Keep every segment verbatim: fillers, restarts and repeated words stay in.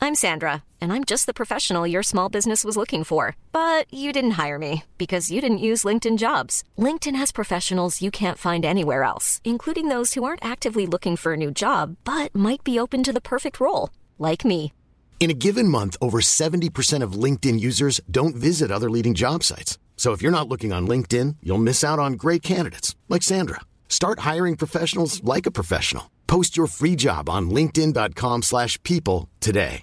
I'm Sandra, and I'm just the professional your small business was looking for. But you didn't hire me because you didn't use LinkedIn Jobs. LinkedIn has professionals you can't find anywhere else, including those who aren't actively looking for a new job, but might be open to the perfect role, like me. In a given month, over seventy percent of LinkedIn users don't visit other leading job sites. So if you're not looking on LinkedIn, you'll miss out on great candidates like Sandra. Start hiring professionals like a professional. Post your free job on linkedin dot com slash people today.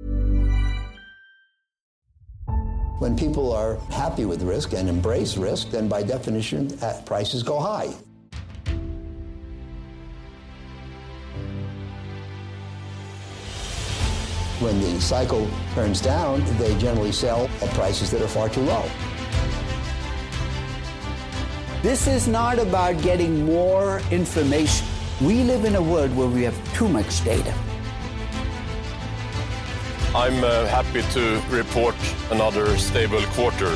When people are happy with risk and embrace risk, then by definition, uh, prices go high. When the cycle turns down, they generally sell at prices that are far too low. This is not about getting more information. We live in a world where we have too much data. I'm uh, happy to report another stable quarter.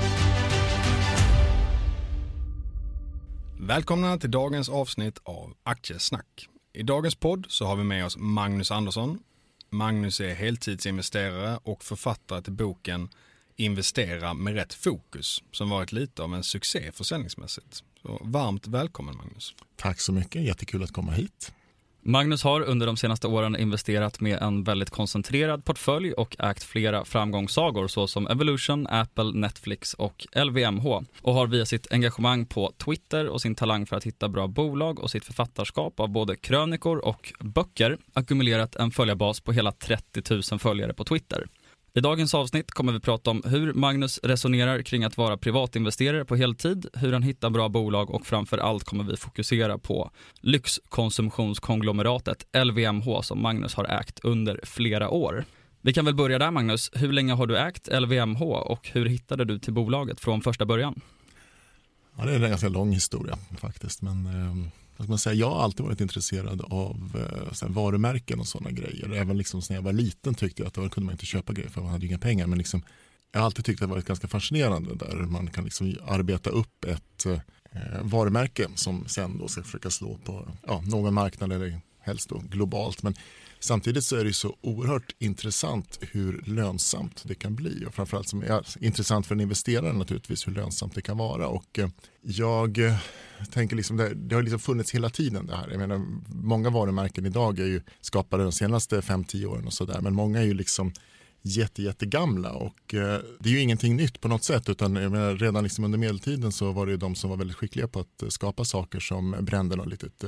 Välkomna till dagens avsnitt av Aktiesnack. I dagens podd så har vi med oss Magnus Andersson. Magnus är heltidsinvesterare och författare till boken Investera med rätt fokus, som varit lite av en succé försäljningsmässigt. Så varmt välkommen Magnus. Tack så mycket, jättekul att komma hit. Magnus har under de senaste åren investerat med en väldigt koncentrerad portfölj och ägt flera framgångssagor såsom Evolution, Apple, Netflix och L V M H. Och har via sitt engagemang på Twitter och sin talang för att hitta bra bolag och sitt författarskap av både krönikor och böcker ackumulerat en följarbas på hela trettio tusen följare på Twitter. I dagens avsnitt kommer vi prata om hur Magnus resonerar kring att vara privatinvesterare på heltid, hur han hittar bra bolag och framför allt kommer vi fokusera på lyxkonsumtionskonglomeratet L V M H som Magnus har ägt under flera år. Vi kan väl börja där Magnus, hur länge har du ägt L V M H och hur hittade du till bolaget från första början? Ja, det är en ganska lång historia faktiskt, men eh, vad ska man säga, jag har alltid varit intresserad av eh, så här, varumärken och sådana grejer. Även liksom, när jag var liten tyckte jag att då kunde man inte köpa grejer för man hade ju inga pengar, men liksom, jag har alltid tyckt att det varit ganska fascinerande där man kan liksom arbeta upp ett eh, varumärke som sen då ska försöka slå på ja, någon marknad eller helst då globalt, men samtidigt så är det så oerhört intressant hur lönsamt det kan bli och framförallt som är intressant för en investerare naturligtvis hur lönsamt det kan vara. Och eh, jag eh, tänker liksom det, det har liksom funnits hela tiden det här. Jag menar, många varumärken idag är ju skapade de senaste fem till tio åren och sådär, men många är ju liksom jätte, jättegamla och eh, det är ju ingenting nytt på något sätt, utan jag menar, redan liksom under medeltiden så var det ju de som var väldigt skickliga på att skapa saker som brände något litet eh,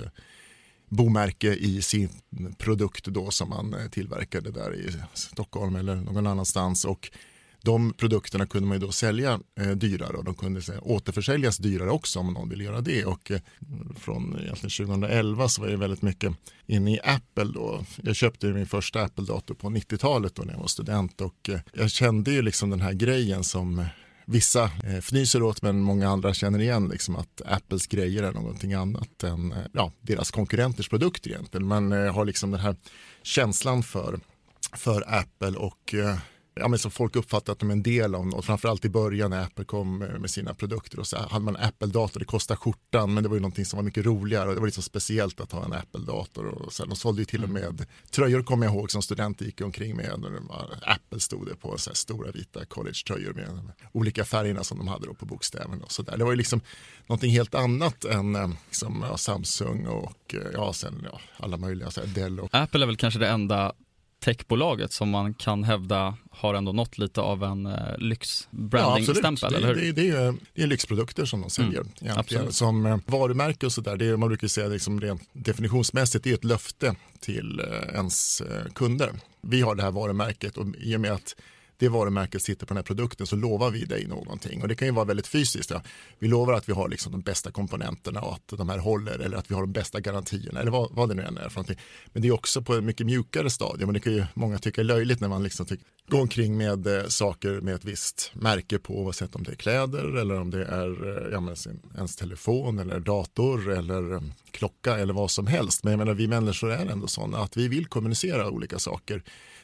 bomärke i sin produkt då som man tillverkade där i Stockholm eller någon annanstans, och de produkterna kunde man ju då sälja eh, dyrare och de kunde säga, återförsäljas dyrare också om någon ville göra det. Och eh, från egentligen tjugoelva så var jag väldigt mycket inne i Apple då. Jag köpte min första Apple-dator på nittiotalet då när jag var student och eh, jag kände ju liksom den här grejen som vissa eh, fnyser åt, men många andra känner igen liksom att Apples grejer är någonting annat än eh, ja, deras konkurrenters produkter egentligen. Man eh, har liksom den här känslan för, för Apple och eh, ja, men så folk uppfattar att de är en del av något. Framförallt i början när Apple kom med sina produkter och så hade man en Apple-dator, det kostade skjortan, men det var ju någonting som var mycket roligare och det var liksom speciellt att ha en Apple-dator. Och sen de sålde ju till och med tröjor, kommer jag ihåg, som studenter gick omkring med när det var, Apple stod det på så här stora vita college-tröjor med de olika färgerna som de hade då på bokstäverna och så där. Det var ju liksom någonting helt annat än liksom, ja, Samsung och ja, sen ja, alla möjliga så här, Dell och Apple är väl kanske det enda techbolaget som man kan hävda har ändå nått lite av en uh, lyxbranding-stämpel, ja, eller hur? Det, det, det, är, det är lyxprodukter som de säljer mm, egentligen. Som uh, varumärke och sådär, det är, man brukar säga liksom rent definitionsmässigt, det är ett löfte till uh, ens uh, kunder. Vi har det här varumärket och i och med att det varumärket sitter på den här produkten så lovar vi dig någonting. Och det kan ju vara väldigt fysiskt. Ja. Vi lovar att vi har liksom de bästa komponenterna och att de här håller eller att vi har de bästa garantierna eller vad, vad det nu än är för någonting. Men det är också på en mycket mjukare stadie. Men det kan ju många tycka är löjligt när man liksom tycker, går omkring med eh, saker med ett visst märke på, oavsett om det är kläder eller om det är eh, ja, men sin, ens telefon eller dator eller eh, klocka eller vad som helst. Men jag menar, vi människor är ändå sådana att vi vill kommunicera olika saker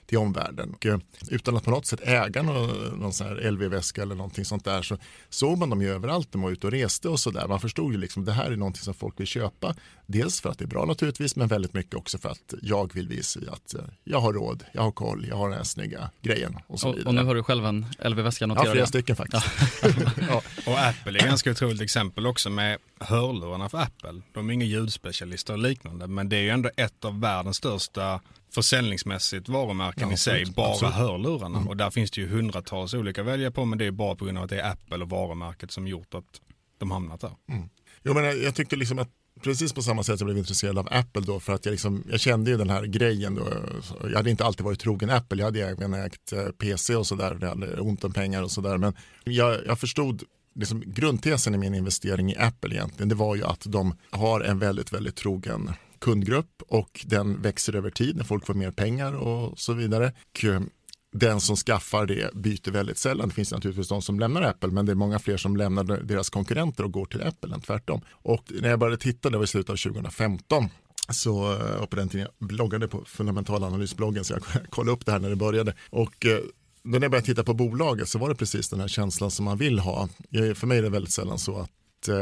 till omvärlden. Och, eh, utan att på något sätt äga någon, någon sån här L V-väska eller någonting sånt där, så såg man dem ju överallt. De var ute och reste och sådär. Man förstod ju liksom det här är någonting som folk vill köpa. Dels för att det är bra naturligtvis, men väldigt mycket också för att jag vill visa att eh, jag har råd, jag har koll, jag har den här snygga grejen och så vidare. Och, och nu har du själv en L V-väska noterad. Ja, flera stycken faktiskt. Ja. Och Apple är ganska otroligt exempel också med hörlurarna för Apple. De är inga ljudspecialister och liknande, men det är ju ändå ett av världens största försäljningsmässigt varumärken ja, i sig, bara absolut. Hörlurarna. Mm. Och där finns det ju hundratals olika att välja på, men det är bara på grund av att det är Apple och varumärket som gjort att de hamnat där. Mm. Jo, men jag, jag tyckte liksom att precis på samma sätt jag blev intresserad av Apple då, för att jag, liksom, jag kände ju den här grejen då. Jag hade inte alltid varit trogen Apple, jag hade även ägt P C och sådär, det hade ont om pengar och sådär, men jag, jag förstod liksom, grundtesen i min investering i Apple egentligen, det var ju att de har en väldigt, väldigt trogen kundgrupp och den växer över tid när folk får mer pengar och så vidare. Och den som skaffar det byter väldigt sällan. Det finns naturligtvis de som lämnar Apple, men det är många fler som lämnar deras konkurrenter och går till Apple än tvärtom. Och när jag började titta, det var i slutet av tjugohundrafemton, så och på den tiden jag bloggade på fundamentala analysbloggen, så jag kollade upp det här när det började. Och då när jag började titta på bolaget så var det precis den här känslan som man vill ha. För mig är det väldigt sällan så att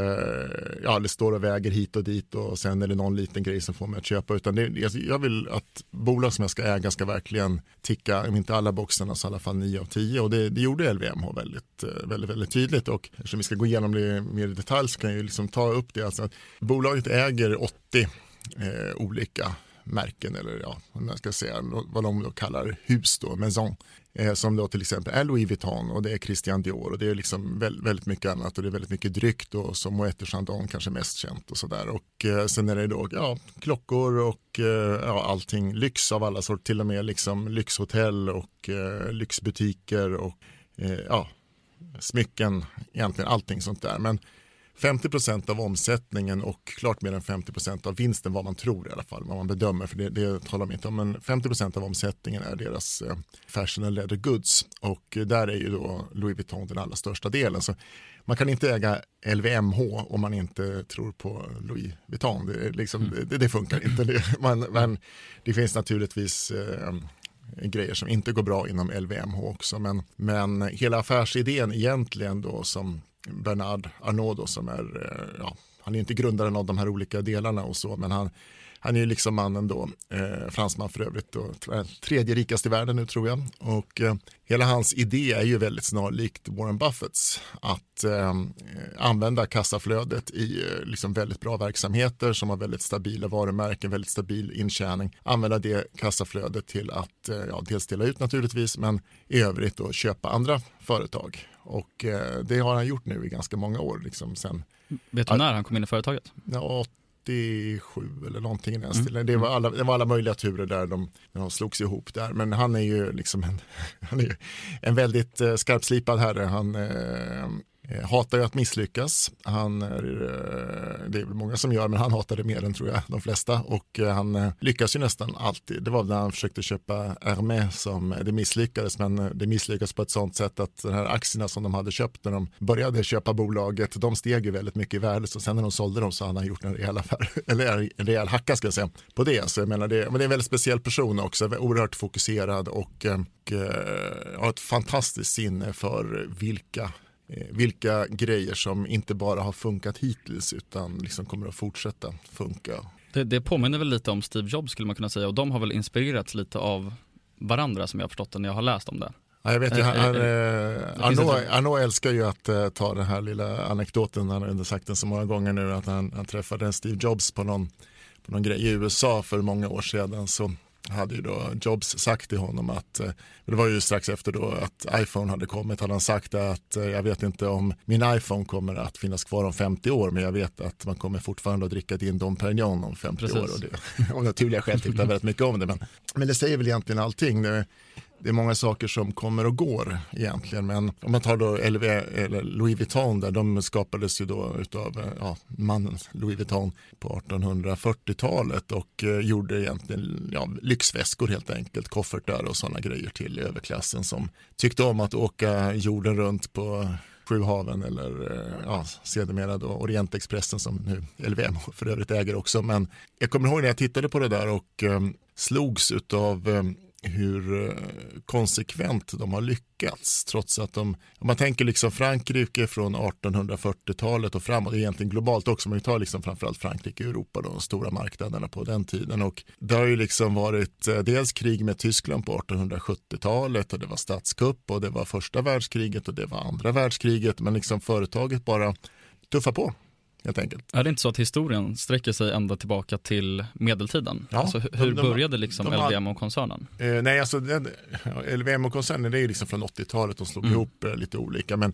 ja, det står och väger hit och dit och sen är det någon liten grej som får mig att köpa, utan det, jag vill att bolag som jag ska äga ska verkligen ticka, om inte alla boxarna så i alla fall nio av tio, och det, det gjorde L V M H väldigt, väldigt, väldigt tydligt. Och eftersom vi ska gå igenom det mer i detalj så kan jag ju liksom ta upp det. Alltså, bolaget äger åttio eh, olika märken, eller ja, om jag ska säga vad de då kallar hus då, maison, eh, som då till exempel är Louis Vuitton och det är Christian Dior och det är liksom väldigt, väldigt mycket annat, och det är väldigt mycket drygt och som Moët och Chandon kanske mest känt och sådär. Och eh, sen är det då ja, klockor och eh, ja, allting lyx av alla sorter, till och med liksom lyxhotell och eh, lyxbutiker och eh, ja, smycken, egentligen allting sånt där. Men femtio procent av omsättningen och klart mer än femtio procent av vinsten, vad man tror i alla fall, vad man bedömer, för det, det talar de inte om, men femtio procent av omsättningen är deras eh, fashion and leather goods, och eh, där är ju då Louis Vuitton den allra största delen. Så man kan inte äga L V M H om man inte tror på Louis Vuitton, det, liksom, mm. det, det funkar inte. Det, man, men det finns naturligtvis eh, grejer som inte går bra inom L V M H också, men, men hela affärsidén egentligen då, som Bernard Arnault då, som är, ja, han är inte grundaren av de här olika delarna och så, men han, han är ju liksom mannen då, eh, fransman för övrigt då, tredje rikast i världen nu tror jag, och eh, hela hans idé är ju väldigt snarlikt Warren Buffetts, att eh, använda kassaflödet i eh, liksom väldigt bra verksamheter som har väldigt stabila varumärken, väldigt stabil intjäning, använda det kassaflödet till att eh, ja, dels dela ut naturligtvis, men i övrigt då köpa andra företag. Och eh, det har han gjort nu i ganska många år. Liksom, sen, Vet du när han kom in i företaget? Ja, åttiosju eller någonting i den stilen. Mm. Det var alla, det var alla möjliga turer där de, de slogs ihop där. Men han är ju liksom en, han är ju en väldigt eh, skarpslipad herre. Han eh, hatar ju att misslyckas. Han är, det är väl många som gör, men han hatar det mer än tror jag de flesta, och han lyckas ju nästan alltid. Det var när han försökte köpa Hermès som det misslyckades, men det misslyckades på ett sånt sätt att de här aktierna som de hade köpt när de började köpa bolaget, de steg ju väldigt mycket i värde, så sen när de sålde dem så hade han gjort en rejäl affär, eller en rejäl hacka ska jag säga på det. Så jag menar det, men det är en väldigt speciell person också, oerhört fokuserad och, och har ett fantastiskt sinne för vilka vilka grejer som inte bara har funkat hittills utan liksom kommer att fortsätta funka. Det, det påminner väl lite om Steve Jobs skulle man kunna säga, och de har väl inspirerats lite av varandra som jag har förstått det när jag har läst om det. Ja, jag vet ju, han, äh, Arnault, Arnault älskar ju att äh, ta den här lilla anekdoten, han har sagt den så många gånger nu, att han, han träffade Steve Jobs på någon, på någon grej i U S A för många år sedan, så hade ju då Jobs sagt till honom att, det var ju strax efter då att iPhone hade kommit, hade han sagt att jag vet inte om min iPhone kommer att finnas kvar om femtio år, men jag vet att man kommer fortfarande att dricka din Dom Perignon om femtio Precis. år, och det, av naturliga skäl tyckte jag väldigt mycket om det, men, men det säger väl egentligen allting. Det, det är många saker som kommer och går egentligen, men om man tar då L V, eller Louis Vuitton där, de skapades ju då utav ja, mannen Louis Vuitton på artonhundrafyrtiotalet och eh, gjorde egentligen ja, lyxväskor helt enkelt, koffertar och sådana grejer till överklassen som tyckte om att åka jorden runt på Sju haven eller ja, sedermera då Orientexpressen som nu L V M H för övrigt äger också. Men jag kommer ihåg när jag tittade på det där och eh, slogs utav eh, hur konsekvent de har lyckats, trots att de, om man tänker liksom Frankrike från artonhundrafyrtiotalet och framåt, egentligen globalt också, men vi tar liksom framförallt Frankrike och Europa, de stora marknaderna på den tiden, och det har ju liksom varit dels krig med Tyskland på artonhundrasjuttiotalet och det var statskupp och det var första världskriget och det var andra världskriget, men liksom företaget bara tuffar på. Är det inte så att historien sträcker sig ända tillbaka till medeltiden? Ja, alltså, hur de, de, började liksom de, de, L V M H-koncernen? Eh, nej, alltså den, L V M H-koncernen, det är ju liksom från åttiotalet, de slog mm. ihop eh, lite olika, men,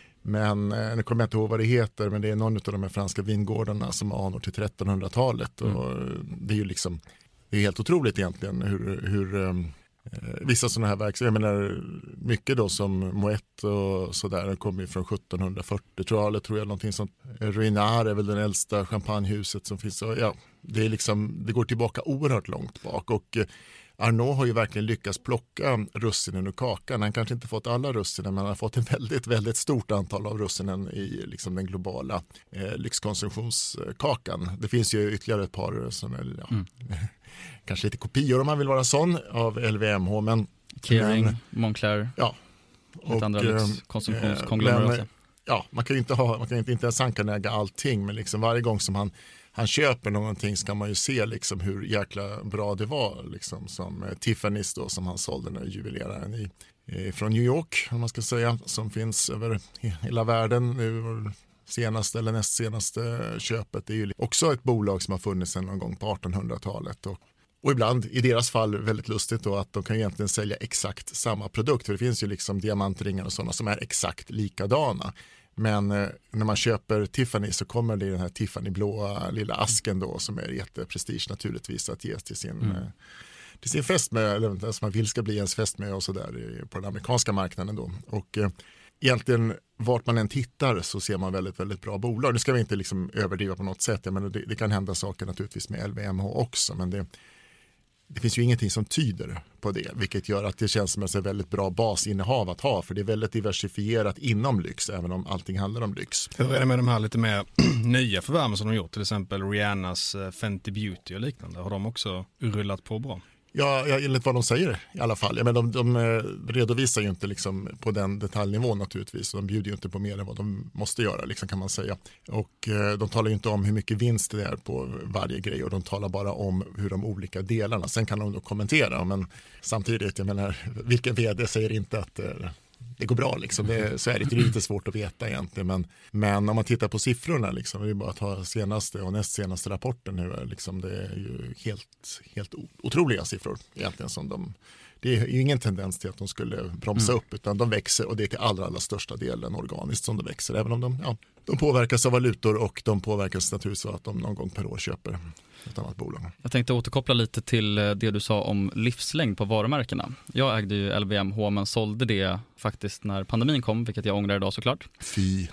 men eh, nu kommer jag inte ihåg vad det heter, men det är någon av de här franska vingårdarna som anor till trettonhundratalet mm. och det är ju liksom, det är helt otroligt egentligen hur, hur um, vissa sådana här verksamheter, jag menar mycket då som Moet och sådär, den kommer ju från sjuttonhundrafyrtiotalet tror jag, någonting sånt. Ruinart är väl den äldsta champagnehuset som finns, och ja, det är liksom, det går tillbaka oerhört långt bak, och eh, Arnault har ju verkligen lyckats plocka russinen ur kakan. Han kanske inte fått alla russinen, men han har fått en väldigt, väldigt stort antal av russinen i liksom den globala eh, lyxkonsumtionskakan. Det finns ju ytterligare ett par sådana, ja, mm. kanske lite kopior om man vill vara sån av L V M H, men Kering, men, Moncler, ja, och andra lyxkonsumtionskonglomerat. Eh, ja, man kan ju inte ha, man kan inte, inte ens han kan äga allting, men liksom varje gång som han han köper någonting så kan man ju se liksom hur jäkla bra det var, liksom som eh, Tiffany's då, som han sålde den juveleraren i eh, från New York, om man ska säga, som finns över hela världen nu. Senaste eller näst senaste köpet är ju också ett bolag som har funnits sedan någon gång på artonhundratalet, och Och ibland, i deras fall, väldigt lustigt då, att de kan egentligen sälja exakt samma produkt. För det finns ju liksom diamantringar och sådana som är exakt likadana. Men eh, när man köper Tiffany så kommer det i den här Tiffany-blåa lilla asken då, som är jätteprestige naturligtvis att ges till sin, mm. eh, till sin fest med, eller som man vill ska bli ens fest med och sådär på den amerikanska marknaden då. Och eh, egentligen vart man än tittar så ser man väldigt, väldigt bra bolag. Nu ska vi inte liksom överdriva på något sätt. Jag menar, det, det kan hända saker naturligtvis med L V M H också, men det Det finns ju ingenting som tyder på det, vilket gör att det känns som ett väldigt bra basinnehav att ha, för det är väldigt diversifierat inom lyx, även om allting handlar om lyx. Hur är det med de här lite mer nya förvärven som de gjort, till exempel Rihannas Fenty Beauty och liknande? Har de också rullat på bra? Ja, enligt vad de säger i alla fall. Men de, de redovisar ju inte liksom på den detaljnivån naturligtvis. De bjuder ju inte på mer än vad de måste göra, liksom, kan man säga. Och eh, de talar ju inte om hur mycket vinst det är på varje grej, och de talar bara om hur de olika delarna. Sen kan de då kommentera, men samtidigt, jag menar, vilken vd säger inte att eh, det går bra liksom. Det, så är det, det är lite svårt att veta egentligen, men, men om man tittar på siffrorna liksom, det är bara att ta senaste och näst senaste rapporten nu, liksom, det är ju helt, helt otroliga siffror egentligen som de, det är ju ingen tendens till att de skulle bromsa mm. upp, utan de växer, och det är till allra, allra största delen organiskt som de växer, även om de, ja, de påverkas av valutor, och de påverkas naturligtvis av att de någon gång per år köper ett annat bolag. Jag tänkte återkoppla lite till det du sa om livslängd på varumärkena. Jag ägde ju L V M H, men sålde det faktiskt när pandemin kom, vilket jag ångrar idag såklart. Fy.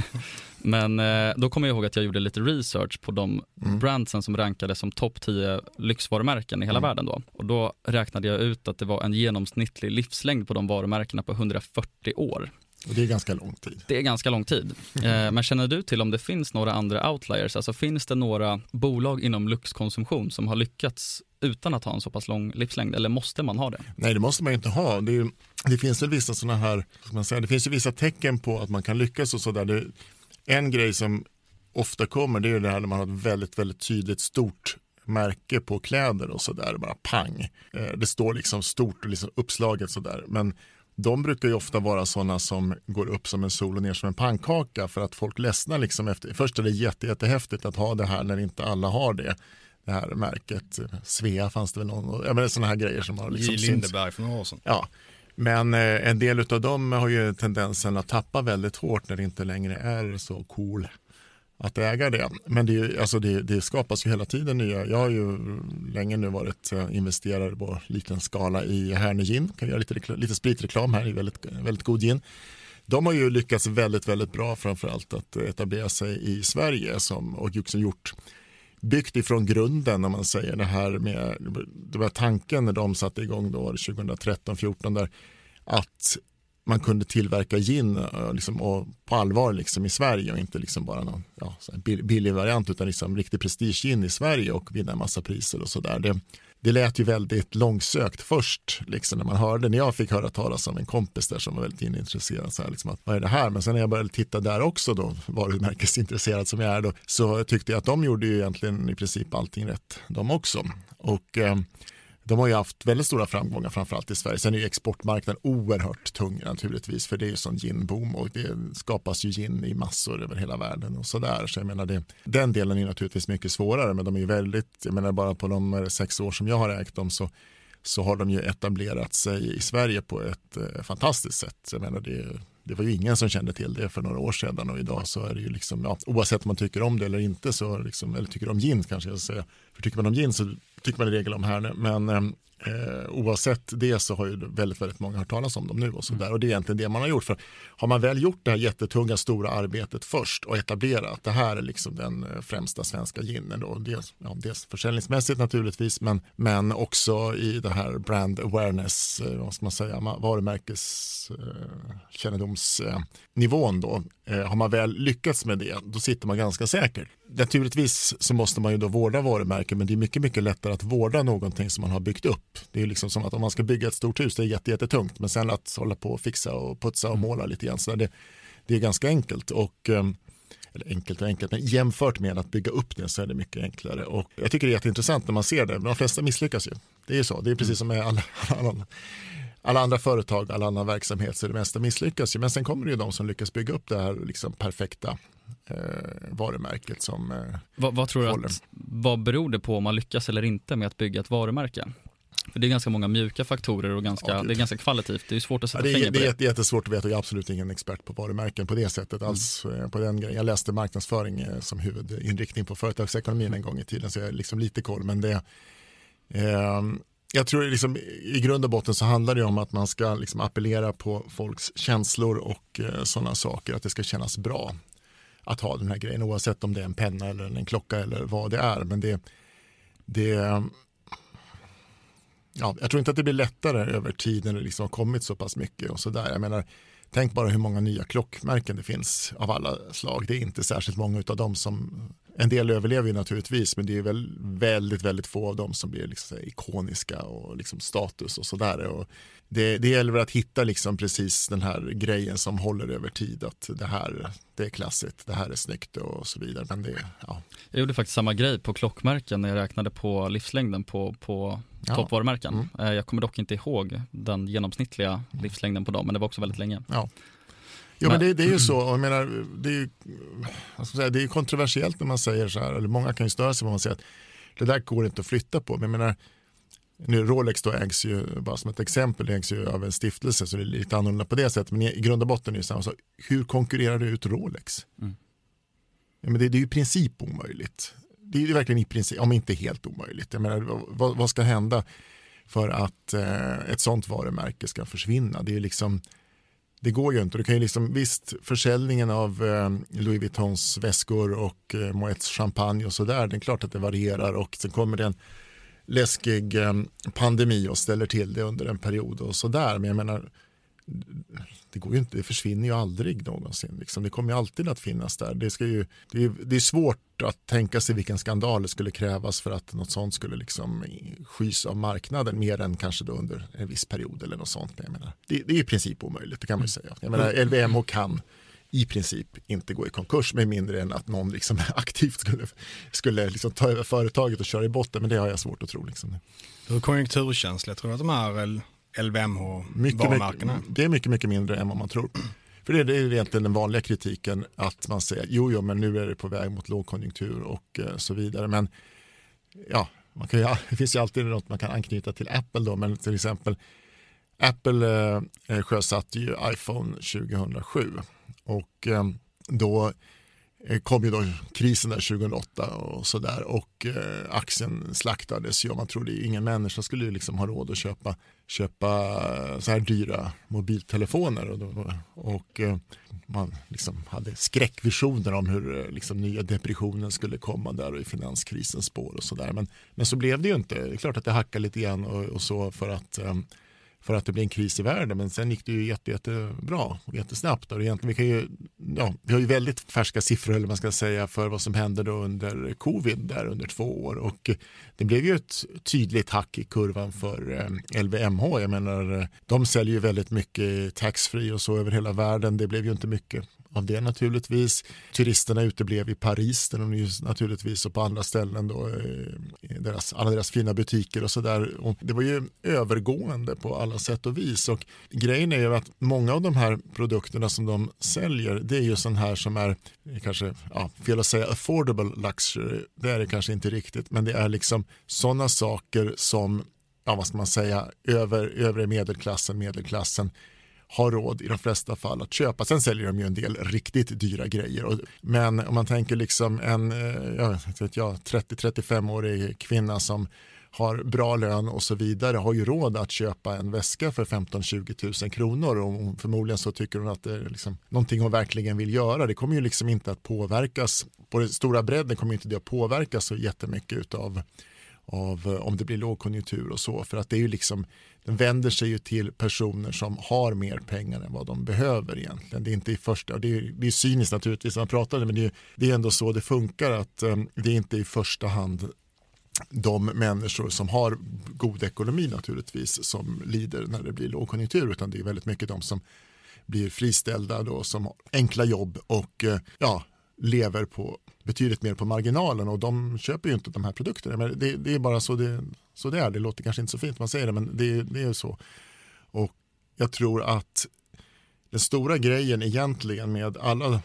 Men då kommer jag ihåg att jag gjorde lite research på de mm. brandsen som rankade som topp tio lyxvarumärken i hela mm. världen då. Och då räknade jag ut att det var en genomsnittlig livslängd på de varumärkena på hundrafyrtio år. Och det är ganska lång tid. Det är ganska lång tid. Eh, men känner du till om det finns några andra outliers? Alltså finns det några bolag inom lyxkonsumtion som har lyckats utan att ha en så pass lång livslängd? Eller måste man ha det? Nej, det måste man ju inte ha. Det, är, det finns väl vissa sådana här, ska man säga, det finns ju vissa tecken på att man kan lyckas och sådär. En grej som ofta kommer, det är ju det här när man har ett väldigt, väldigt tydligt stort märke på kläder och sådär. Bara pang. Eh, det står liksom stort och liksom uppslaget sådär. Men de brukar ju ofta vara sådana som går upp som en sol och ner som en pannkaka, för att folk ledsnar liksom efter. Först är det jätte, jättehäftigt att ha det här när inte alla har det. Det här märket. Svea fanns det väl någon. Ja, men sådana här grejer som har liksom J. Lindeberg för några år sedan. Ja. Men eh, en del av dem har ju tendensen att tappa väldigt hårt när det inte längre är så cool att äga det. Men det, är ju, alltså det, det skapas ju hela tiden nya. Jag har ju länge nu varit investerare på liten skala i Herne Gin. Kan göra lite, lite spritreklam här, i väldigt, väldigt god gin. De har ju lyckats väldigt, väldigt bra framförallt att etablera sig i Sverige som, och liksom gjort byggt ifrån grunden, om man säger det här med, det var tanken när de satte igång då tjugotretton fjorton där, att man kunde tillverka gin liksom, och på allvar liksom, i Sverige, och inte liksom bara någon ja, så här billig variant, utan liksom riktig prestige gin i Sverige och vinna en massa priser och sådär. Det, det lät ju väldigt långsökt först liksom, när man hörde, när jag fick höra talas om en kompis där som var väldigt intresserad så här, liksom, att, vad är det här? Men sen när jag började titta där också då, varumärkesintresserad som jag är då, så tyckte jag att de gjorde ju egentligen i princip allting rätt de också. Och eh, de har ju haft väldigt stora framgångar framförallt i Sverige. Sen är ju exportmarknaden oerhört tung naturligtvis, för det är ju sån ginboom och det skapas ju gin i massor över hela världen och sådär. Så jag menar det, den delen är naturligtvis mycket svårare, men de är ju väldigt, jag menar bara på de sex år som jag har ägt dem så, så har de ju etablerat sig i Sverige på ett eh, fantastiskt sätt. Jag menar det, det var ju ingen som kände till det för några år sedan och idag så är det ju liksom, ja, oavsett om man tycker om det eller inte så liksom, eller tycker om gin kanske jag ska säga. För tycker man om gin så tycker man i regel om här nu, men eh, oavsett det så har ju väldigt, väldigt många hört talas om dem nu och så där. Och det är egentligen det man har gjort, för har man väl gjort det här jättetunga stora arbetet först och etablerat det här är liksom den främsta svenska ginen då, dels, ja, dels försäljningsmässigt naturligtvis, men, men också i det här brand awareness, vad ska man säga, varumärkes eh, kännedomsnivån då, eh, har man väl lyckats med det, då sitter man ganska säkert. Naturligtvis så måste man ju då vårda varumärken, men det är mycket, mycket lättare att vårda någonting som man har byggt upp. Det är liksom som att om man ska bygga ett stort hus, det är jätte, jättetungt, men sen att hålla på och fixa och putsa och måla lite grann, så det, det är ganska enkelt och eller enkelt och enkelt, men jämfört med att bygga upp det så är det mycket enklare. Och jag tycker det är jätteintressant när man ser det, men de flesta misslyckas ju. Det är ju så, det är precis som med alla, alla, alla andra företag, alla andra verksamhet, så det mesta misslyckas ju. Men sen kommer det ju de som lyckas bygga upp det här liksom perfekta eh, varumärket som eh, vad, vad tror du håller. Att, vad beror det på om man lyckas eller inte med att bygga ett varumärke? För det är ganska många mjuka faktorer och ganska, ja, det är ganska kvalitativt. Det är svårt att sätta ja, det är, pengar på det. Det är jättesvårt att veta, jag är absolut ingen expert på varumärken på det sättet. Mm. Alls, på den grejen. Jag läste marknadsföring som huvudinriktning på företagsekonomin en gång i tiden, så jag är liksom lite koll. Men det, eh, jag tror liksom, i grund och botten så handlar det om att man ska liksom appellera på folks känslor och eh, sådana saker. Att det ska kännas bra att ha den här grejen, oavsett om det är en penna eller en klocka eller vad det är. Men det, det ja, jag tror inte att det blir lättare över tid när det liksom har kommit så pass mycket och så där. Jag menar, tänk bara hur många nya klockmärken det finns av alla slag. Det är inte särskilt många av dem som, en del överlever ju naturligtvis, men det är väl väldigt, väldigt få av dem som blir liksom ikoniska och liksom status och sådär. Och det, det gäller väl att hitta liksom precis den här grejen som håller över tid, att det här, det är klassiskt, det här är snyggt och så vidare. Men det, ja. Jag gjorde faktiskt samma grej på klockmärken när jag räknade på livslängden på, på ja. toppvarumärken. Mm. Jag kommer dock inte ihåg den genomsnittliga livslängden på dem, men det var också väldigt länge. Ja. Jo, men, men det, det är ju så, och jag menar, det är ju, jag ska säga, det är kontroversiellt när man säger så här, eller många kan ju störa sig på att man säger att det där går inte att flytta på. Men jag menar, nu Rolex då ägs ju, bara som ett exempel, ägs ju av en stiftelse, så det är lite annorlunda på det sättet. Men i grund och botten är det samma, så hur konkurrerar du ut Rolex? Mm. Ja, men det, det är ju i princip omöjligt. Det är ju verkligen i princip, om inte helt omöjligt. Jag menar, vad, vad ska hända för att eh, ett sånt varumärke ska försvinna? Det är ju liksom, det går ju inte. Du kan ju liksom, visst, försäljningen av eh, Louis Vuittons väskor och eh, Moëts champagne och sådär, det är klart att det varierar, och sen kommer det en läskig eh, pandemi och ställer till det under en period och sådär. Men jag menar, det går ju inte, det försvinner ju aldrig någonsin. Liksom. Det kommer ju alltid att finnas där. Det, ska ju, det, är, det är svårt att tänka sig vilken skandal det skulle krävas för att något sånt skulle liksom skys av marknaden mer än kanske då under en viss period eller något sånt. Men jag menar, det, det är i princip omöjligt, det kan man ju säga. Jag menar, L V M H kan i princip inte gå i konkurs med mindre än att någon liksom aktivt skulle, skulle liksom ta över företaget och köra i botten, men det har jag svårt att tro. Liksom. Hur konjunkturkänsligt tror du att de här L V M H-varumärkena? Det är mycket, mycket mindre än vad man tror. För det är, det är egentligen den vanliga kritiken, att man säger jo, jo, men nu är det på väg mot lågkonjunktur och eh, så vidare. Men ja, man kan ju, det finns ju alltid något man kan anknyta till Apple då, men till exempel Apple eh, sjösatte ju iPhone tjugohundrasju, och eh, då kom ju då krisen där tjugohundraåtta och sådär, och eh, aktien slaktades ju, och man trodde ju ingen människa skulle ju liksom ha råd att köpa, köpa så här dyra mobiltelefoner, och, då, och eh, man liksom hade skräckvisioner om hur liksom nya depressionen skulle komma där och i finanskrisens spår och sådär, men, men så blev det ju inte. Det är klart att det hackar lite grann och, och så för att eh, för att det blir en kris i världen, men sen gick det ju jätte, jättebra och jättesnabbt. Och egentligen, vi kan ju ja, vi har ju väldigt färska siffror eller man ska säga för vad som hände då under covid där under två år och det blev ju ett tydligt hack i kurvan för L V M H. Jag menar, de säljer ju väldigt mycket taxfree och så över hela världen. Det blev ju inte mycket av det naturligtvis. Turisterna uteblev i Paris, där de ju naturligtvis och på andra ställen då, deras, alla deras fina butiker och sådär. Det var ju övergående på alla sätt och vis och grejen är ju att många av de här produkterna som de säljer, det är ju sån här som är kanske, ja, fel att säga affordable luxury, det är det kanske inte riktigt, men det är liksom sådana saker som, ja vad ska man säga, över, övre medelklassen, medelklassen har råd i de flesta fall att köpa. Sen säljer de ju en del riktigt dyra grejer. Men om man tänker liksom en jag vet, ja, trettio till trettiofem-årig kvinna som har bra lön och så vidare har ju råd att köpa en väska för femton till tjugo tusen kronor och förmodligen så tycker hon att det är liksom någonting hon verkligen vill göra. Det kommer ju liksom inte att påverkas, på den stora bredden kommer inte det att påverkas så jättemycket utav av om det blir lågkonjunktur och så, för att det är ju liksom, den vänder sig ju till personer som har mer pengar än vad de behöver egentligen. Det är inte i första, och det är, det är cyniskt naturligtvis när man pratar, men det är, det är ändå så det funkar att um, det är inte i första hand de människor som har god ekonomi naturligtvis som lider när det blir lågkonjunktur, utan det är väldigt mycket de som blir friställda då, som har enkla jobb och uh, ja, lever på betydligt mer på marginalen och de köper ju inte de här produkterna. Men det, det är bara så det, så det är. Det låter kanske inte så fint man säger det, men det, det är så. Och jag tror att den stora grejen egentligen med alla,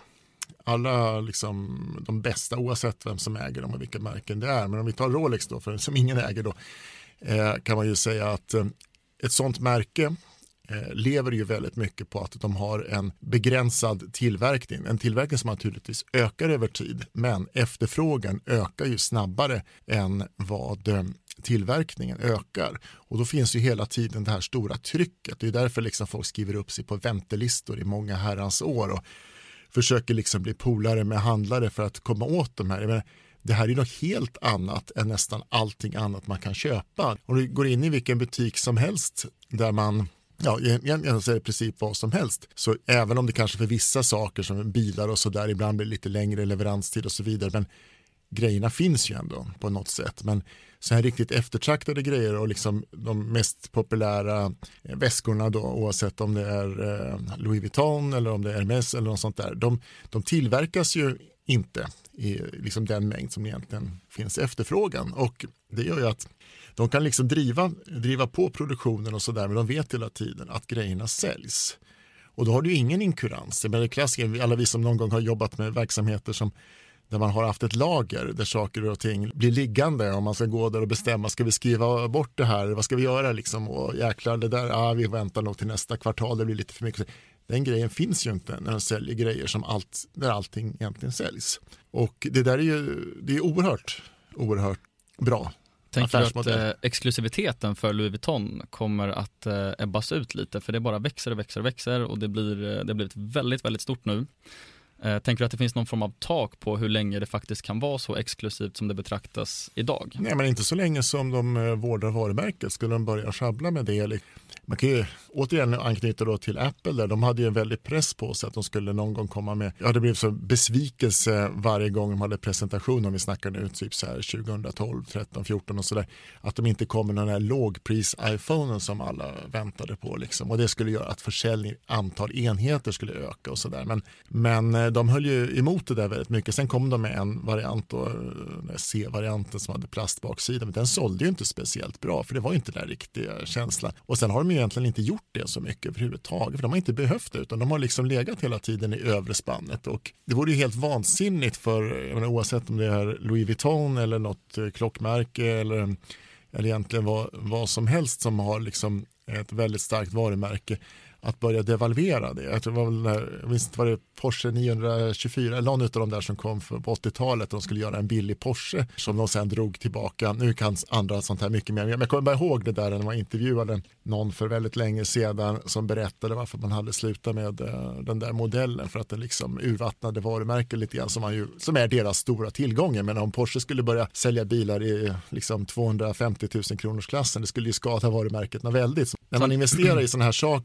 alla liksom de bästa, oavsett vem som äger dem och vilka märken det är, men om vi tar Rolex då, för som ingen äger då, eh, kan man ju säga att eh, ett sånt märke lever ju väldigt mycket på att de har en begränsad tillverkning. En tillverkning som naturligtvis ökar över tid, men efterfrågan ökar ju snabbare än vad tillverkningen ökar. Och då finns ju hela tiden det här stora trycket. Det är därför liksom folk skriver upp sig på väntelistor i många herrans år och försöker liksom bli polare med handlare för att komma åt de här. Jag menar, det här är något helt annat än nästan allting annat man kan köpa. Om du går in i vilken butik som helst där man ja, egentligen säger i princip vad som helst. Så även om det kanske för vissa saker som bilar och så där ibland blir lite längre leveranstid och så vidare, men grejerna finns ju ändå på något sätt. Men så här riktigt eftertraktade grejer och liksom de mest populära väskorna då, oavsett om det är Louis Vuitton eller om det är Hermes eller något sånt där, de, de tillverkas ju inte i liksom den mängd som egentligen finns efterfrågan, och det gör ju att de kan liksom driva, driva på produktionen och sådär, men de vet hela tiden att grejerna säljs. Och då har du ju ingen inkurans. Det är klassiker, alla vi som någon gång har jobbat med verksamheter som, där man har haft ett lager där saker och ting blir liggande och man ska gå där och bestämma, ska vi skriva bort det här, vad ska vi göra liksom, och jäklar det där, ah, vi väntar nog till nästa kvartal, det blir lite för mycket. Den grejen finns ju inte när de säljer grejer som allt, där allting egentligen säljs. Och det där är ju, det är oerhört, oerhört bra. Tänker du att eh, exklusiviteten för Louis Vuitton kommer att eh, ebbas ut lite? För det bara växer och växer och växer och det blir, det har blivit väldigt, väldigt stort nu. Eh, tänker du att det finns någon form av tak på hur länge det faktiskt kan vara så exklusivt som det betraktas idag? Nej, men inte så länge som de eh, vårdar varumärket. Skulle de börja schabbla med det? Eller, man kan ju återigen anknyta då till Apple där. De hade ju en väldig press på sig att de skulle någon gång komma med. Ja, det blev så besvikelse varje gång de hade presentation, om vi snackar nu typ så här tjugohundratolv, tretton, fjorton och sådär. Att de inte kom med den här lågpris-iPhonen som alla väntade på liksom. Och det skulle göra att försäljning, antal enheter skulle öka och sådär. Men, men de höll ju emot det där väldigt mycket. Sen kom de med en variant, och C-varianten som hade plastbaksida, men den sålde ju inte speciellt bra, för det var ju inte den där riktiga känslan. Och sen har de ju egentligen inte gjort det så mycket överhuvudtaget, för de har inte behövt det, utan de har liksom legat hela tiden i övre spannet. Och det vore ju helt vansinnigt för, jag menar, oavsett om det är Louis Vuitton eller något klockmärke eller, eller egentligen vad, vad som helst som har liksom ett väldigt starkt varumärke, att börja devalvera det. Jag tror det var väl där, jag minns inte, var det Porsche niohundratjugofyra eller någon av de där som kom på åttiotalet, de skulle göra en billig Porsche som de sen drog tillbaka. Nu kan andra sånt här mycket mer. Men jag kommer bara ihåg det där när man intervjuade någon för väldigt länge sedan som berättade varför man hade slutat med den där modellen, för att den liksom urvattnade varumärken lite grann, som, man ju, som är deras stora tillgångar. Men om Porsche skulle börja sälja bilar i liksom tvåhundrafemtio tusen kronors klassen, det skulle ju skada varumärket väldigt. Så när man investerar i såna här saker så måste man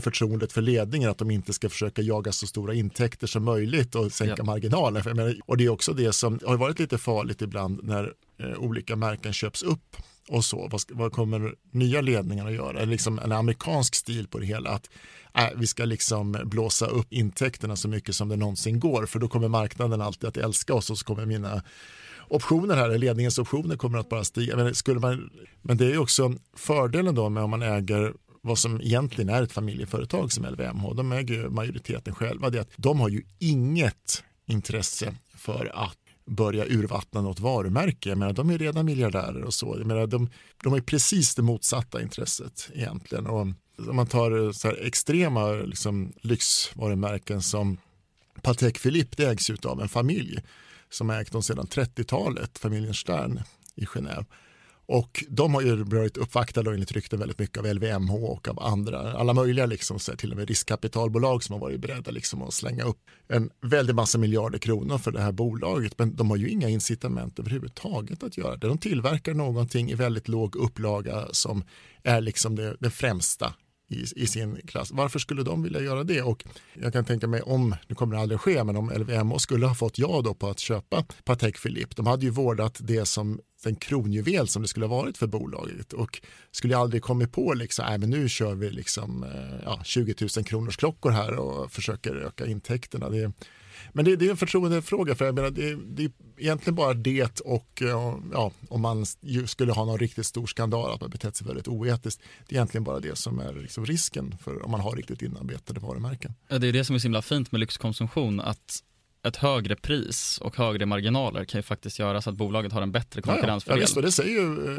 ökar förtroendet för ledningen att de inte ska försöka jaga så stora intäkter som möjligt och sänka ja. marginaler. För jag menar, och det är också det som har varit lite farligt ibland när eh, olika märken köps upp och så. Vad, ska, vad kommer nya ledningar att göra? Liksom en amerikansk stil på det hela, att äh, vi ska liksom blåsa upp intäkterna så mycket som det någonsin går, för då kommer marknaden alltid att älska oss och så kommer mina optioner här, ledningens optioner kommer att bara stiga. Men, skulle man, men det är ju också fördelen då med om man äger vad som egentligen är ett familjeföretag som L V M H. De äger ju majoriteten själva. Det är att de har ju inget intresse för att börja urvattna något varumärke. Jag menar, de är redan miljardärer och så. Jag menar, de, de har ju precis det motsatta intresset egentligen. Och om man tar så här extrema liksom, lyxvarumärken som Patek Philippe, det ägs ut av en familj som har ägt dem sedan trettiotalet, familjen Stern i Genève. Och de har ju varit uppvaktade och enligt rykten väldigt mycket av L V M H och av andra, alla möjliga liksom, så här, till och med riskkapitalbolag som har varit beredda liksom, att slänga upp en väldigt massa miljarder kronor för det här bolaget. Men de har ju inga incitament överhuvudtaget att göra det. De tillverkar någonting i väldigt låg upplaga som är liksom det, det främsta i, i sin klass. Varför skulle de vilja göra det? Och jag kan tänka mig, om, nu kommer det aldrig ske, men om L V M H skulle ha fått ja då på att köpa Patek Philippe, de hade ju vårdat det som den kronjuvel som det skulle ha varit för bolaget och skulle aldrig kommit på liksom, nej men nu kör vi liksom ja, tjugo tusen kronors klockor här och försöker öka intäkterna. Det, men det, det är en förtroendefråga, för jag menar, det, det är egentligen bara det och ja, om man skulle ha någon riktigt stor skandal att man betett sig väldigt oetiskt, det är egentligen bara det som är liksom risken för om man har riktigt inarbetade varumärken. Ja, det är det som är så himla fint med lyxkonsumtion, att ett högre pris och högre marginaler kan ju faktiskt göra så att bolaget har en bättre konkurrensfördel. Ja, ja. Ja, det säger ju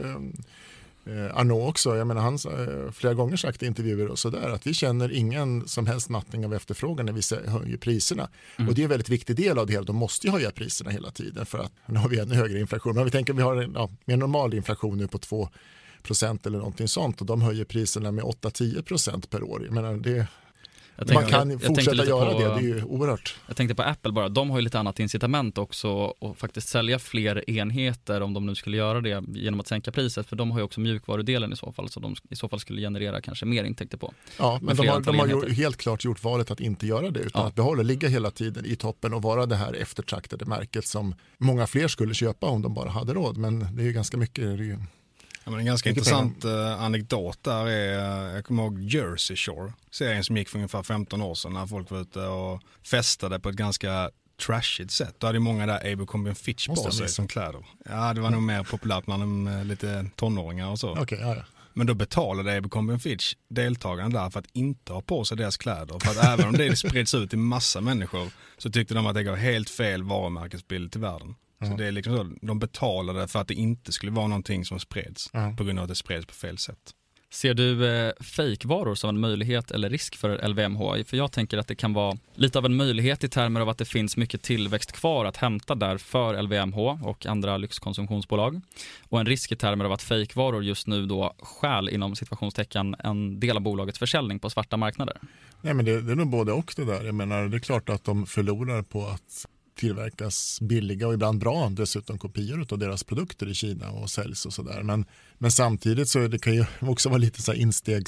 eh, Arnault också. Jag menar, han eh, flera gånger sagt i intervjuer och sådär att vi känner ingen som helst mattning av efterfrågan när vi höjer priserna. Mm. Och det är en väldigt viktig del av det hela. De måste ju höja priserna hela tiden för att nu har vi en högre inflation. Men vi tänker att vi har en ja, mer normal inflation nu på två procent eller någonting sånt och de höjer priserna med åtta till tio procent per år. Jag menar, det Tänkte, man kan jag, jag fortsätta göra på, det, det är ju oerhört. Jag tänkte på Apple bara, de har ju lite annat incitament också och faktiskt sälja fler enheter om de nu skulle göra det genom att sänka priset, för de har ju också mjukvarudelen i så fall, så de i så fall skulle generera kanske mer intäkter på. Ja, men de har, de har ju helt klart gjort valet att inte göra det utan ja. att behålla, ligga hela tiden i toppen och vara det här eftertraktade märket som många fler skulle köpa om de bara hade råd, men det är ju ganska mycket, det är ju Ja, men en ganska Vilket intressant uh, anekdot där är, uh, jag kommer ihåg Jersey Shore, serien som gick för ungefär femton år sedan när folk var ute och festade på ett ganska trashigt sätt. Då hade många där Abercrombie and Fitch på sig som kläder. Ja, det var nog mer populärt bland de uh, lite tonåringar och så. Okay, ja, ja. Men då betalade Abercrombie and Fitch deltagarna där för att inte ha på sig deras kläder. För att även om det spreds ut till massa människor så tyckte de att det gav helt fel varumärkesbild till världen. Så det är liksom så, de betalade för att det inte skulle vara någonting som spreds mm. på grund av att det spreds på fel sätt. Ser du eh, fejkvaror som en möjlighet eller risk för L V M H? För jag tänker att det kan vara lite av en möjlighet i termer av att det finns mycket tillväxt kvar att hämta där för L V M H och andra lyxkonsumtionsbolag. Och en risk i termer av att fejkvaror just nu då stjäl inom situationstecken en del av bolagets försäljning på svarta marknader. Nej, men det, det är nog både och det där. Jag menar, det är klart att de förlorar på att tillverkas billiga och ibland bra dessutom kopior av deras produkter i Kina och säljs och sådär. Men, men samtidigt så det kan ju också vara lite så här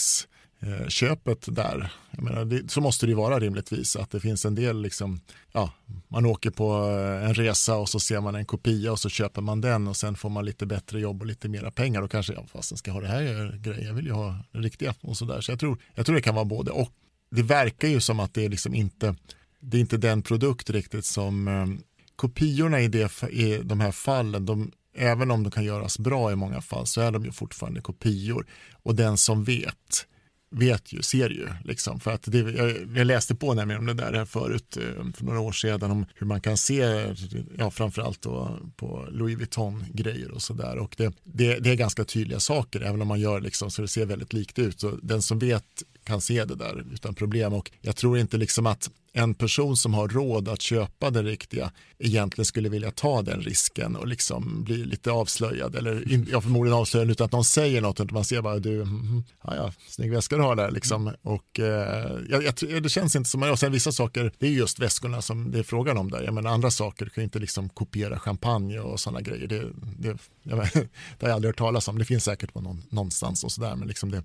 instegsköpet eh, där. Jag menar, det, så måste det ju vara rimligtvis att det finns en del liksom, ja, man åker på en resa och så ser man en kopia och så köper man den och sen får man lite bättre jobb och lite mera pengar och kanske, ja fast ska ha det här grejen, jag vill ju ha det riktiga och sådär. Så jag tror, jag tror det kan vara både och. Det verkar ju som att det är liksom inte Det är inte den produkt riktigt som eh, kopiorna i, det, i de här fallen, de, även om de kan göras bra i många fall så är de ju fortfarande kopior. Och den som vet, vet ju, ser ju. Liksom. För att det, jag, jag läste på nämligen om det där här förut eh, för några år sedan om hur man kan se, ja, framförallt då på Louis Vuitton-grejer och sådär. Och det, det, det är ganska tydliga saker, även om man gör liksom, så det ser väldigt likt ut. Så den som vet kan se det där utan problem. Och jag tror inte liksom att en person som har råd att köpa den riktiga egentligen skulle vilja ta den risken och liksom bli lite avslöjad eller in, ja, förmodligen avslöjad utan att någon säger något utan man ser bara du, mm, ja, ja, snygg väska du har där liksom. Och eh, jag, jag, det känns inte som, och sen vissa saker, det är just väskorna som det är frågan om där. Jag menar andra saker kan inte liksom kopiera champagne och sådana grejer. Det, det, jag menar, det har jag aldrig hört talas om. Det finns säkert på någon, någonstans och sådär men liksom det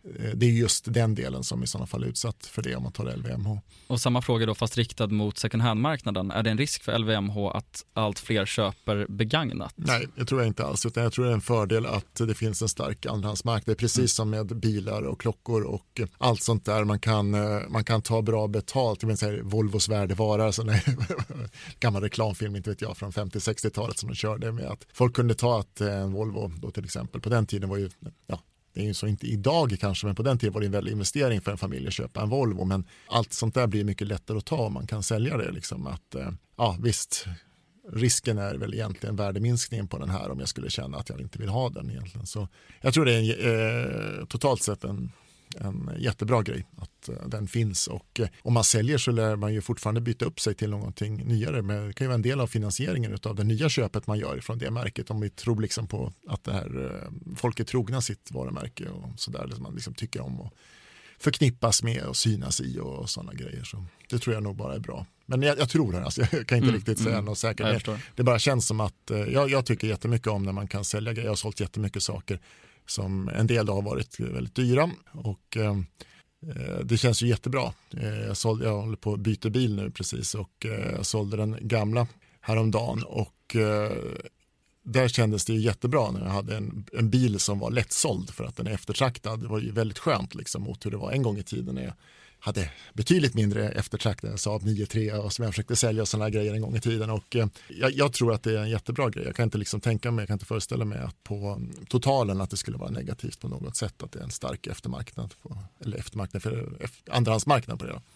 det är just den delen som i sådana fall är utsatt för det om man tar L V M H. Och samma fråga då fast riktad mot second hand-marknaden. Är det en risk för L V M H att allt fler köper begagnat? Nej, det tror jag inte alls. Utan jag tror det är en fördel att det finns en stark andrahandsmarknad. Precis mm. som med bilar och klockor och allt sånt där. Man kan, man kan ta bra betalt. Det vill säga Volvos värdevara. Alltså en gammal reklamfilm, inte vet jag, från femtio-sextiotalet som de körde med att folk kunde ta ett, en Volvo då till exempel. På den tiden var ju, ja, det är ju så inte idag kanske, men på den tiden var det en väldig investering för en familj att köpa en Volvo. Men allt sånt där blir mycket lättare att ta om man kan sälja det. Liksom. Att, ja, visst, risken är väl egentligen värdeminskningen på den här om jag skulle känna att jag inte vill ha den egentligen. Så jag tror det är en, eh, totalt sett en, en jättebra grej att eh, den finns. Och eh, om man säljer så lär man ju fortfarande byta upp sig till någonting nyare. Men det kan ju vara en del av finansieringen av det nya köpet man gör från det märket. Om vi tror liksom på att det här, eh, folk är trogna sitt varumärke och sådär. Som man liksom tycker om och förknippas med och synas i och sådana grejer. Så det tror jag nog bara är bra. Men jag, jag tror det, alltså, jag kan inte mm, riktigt säga mm, något säkert. Det, det bara känns som att eh, jag, jag tycker jättemycket om när man kan sälja grejer. Jag har sålt jättemycket saker som en del har varit väldigt dyra och eh, det känns ju jättebra. Eh, jag, sålde, jag håller på att byta bil nu precis och eh, jag sålde den gamla häromdagen och eh, där kändes det ju jättebra när jag hade en, en bil som var lättsåld för att den är eftertraktad. Det var ju väldigt skönt liksom mot hur det var en gång i tiden när jag hade betydligt mindre eftertraktad Saab nio tre och som jag försökte sälja sådana här grejer en gång i tiden och eh, jag, jag tror att det är en jättebra grej. Jag kan inte liksom tänka mig, jag kan inte föreställa mig att på totalen att det skulle vara negativt på något sätt att det är en stark eftermarknad på, eller eftermarknad för efter, andrahandsmarknad på det då.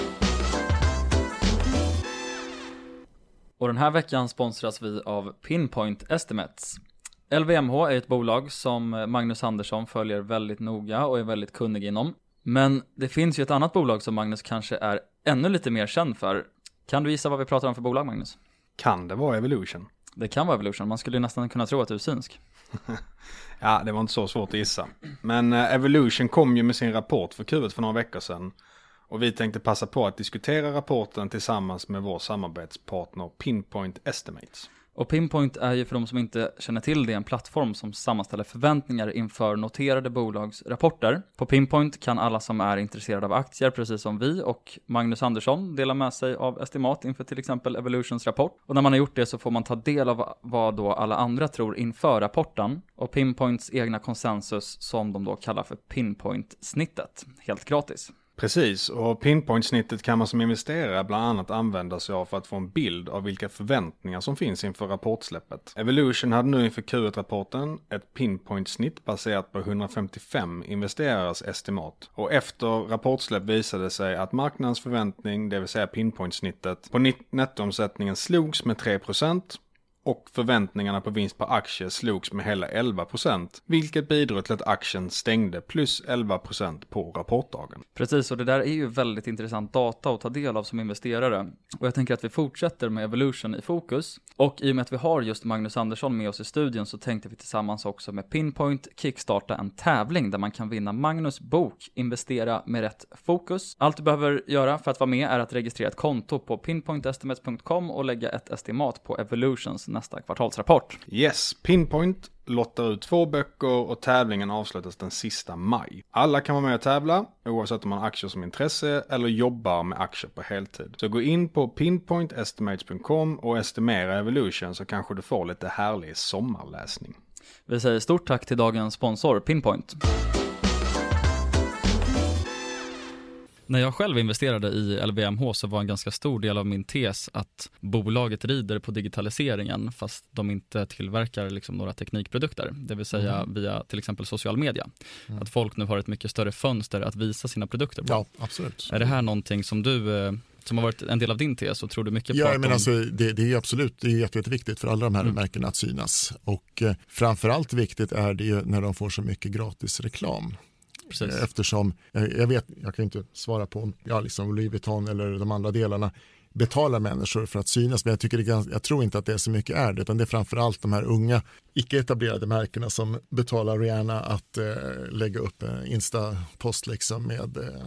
Och den här veckan sponsras vi av Pinpoint Estimates. L V M H är ett bolag som Magnus Andersson följer väldigt noga och är väldigt kunnig inom. Men det finns ju ett annat bolag som Magnus kanske är ännu lite mer känd för. Kan du gissa vad vi pratar om för bolag, Magnus? Kan det vara Evolution? Det kan vara Evolution. Man skulle nästan kunna tro att du är synsk. Ja, det var inte så svårt att gissa. Men Evolution kom ju med sin rapport för Q ett för några veckor sedan. Och vi tänkte passa på att diskutera rapporten tillsammans med vår samarbetspartner Pinpoint Estimates. Och Pinpoint är ju för de som inte känner till det en plattform som sammanställer förväntningar inför noterade bolags rapporter. På Pinpoint kan alla som är intresserade av aktier, precis som vi och Magnus Andersson, dela med sig av estimat inför till exempel Evolutions rapport. Och när man har gjort det så får man ta del av vad då alla andra tror inför rapporten och Pinpoints egna konsensus som de då kallar för Pinpoint-snittet, helt gratis. Precis, och Pinpoint-snittet kan man som investerare bland annat använda sig av för att få en bild av vilka förväntningar som finns inför rapportsläppet. Evolution hade nu inför Q ett-rapporten ett Pinpoint-snitt baserat på hundrafemtiofem investerares estimat. Och efter rapportsläpp visade det sig att marknadens förväntning, det vill säga Pinpoint-snittet, på nettoomsättningen slogs med tre procent. Och förväntningarna på vinst per aktie slogs med hela elva procent, vilket bidrog till att aktien stängde plus elva procent på rapportdagen. Precis, och det där är ju väldigt intressant data att ta del av som investerare. Och jag tänker att vi fortsätter med Evolution i fokus. Och i och med att vi har just Magnus Andersson med oss i studion så tänkte vi tillsammans också med Pinpoint kickstarta en tävling där man kan vinna Magnus bok Investera med rätt fokus. Allt du behöver göra för att vara med är att registrera ett konto på pinpoint estimates punkt com och lägga ett estimat på Evolutions nästa kvartalsrapport. Yes, Pinpoint lottar ut två böcker och tävlingen avslutas den sista maj. Alla kan vara med och tävla oavsett om man har aktier som intresse eller jobbar med aktier på heltid. Så gå in på pinpoint estimates punkt com och estimera Evolution så kanske du får lite härlig sommarläsning. Vi säger stort tack till dagens sponsor Pinpoint. När jag själv investerade i L V M H så var en ganska stor del av min tes att bolaget rider på digitaliseringen fast de inte tillverkar liksom några teknikprodukter. Det vill säga mm. via till exempel social media. Mm. Att folk nu har ett mycket större fönster att visa sina produkter på. Ja, absolut. Är det här någonting som du... som har varit en del av din tes och tror du mycket på? Ja, men om... alltså, det, det är absolut det är jätte, jätteviktigt för alla de här mm. märkena att synas. Och eh, framförallt viktigt är det ju när de får så mycket gratis reklam. Precis. Eftersom, jag vet, jag kan inte svara på ja, liksom Louis Vuitton eller de andra delarna betalar människor för att synas, men jag, tycker det är, jag tror inte att det är så mycket är det, utan det är framförallt de här unga icke-etablerade märkena som betalar Rihanna att eh, lägga upp en Insta-post liksom med eh,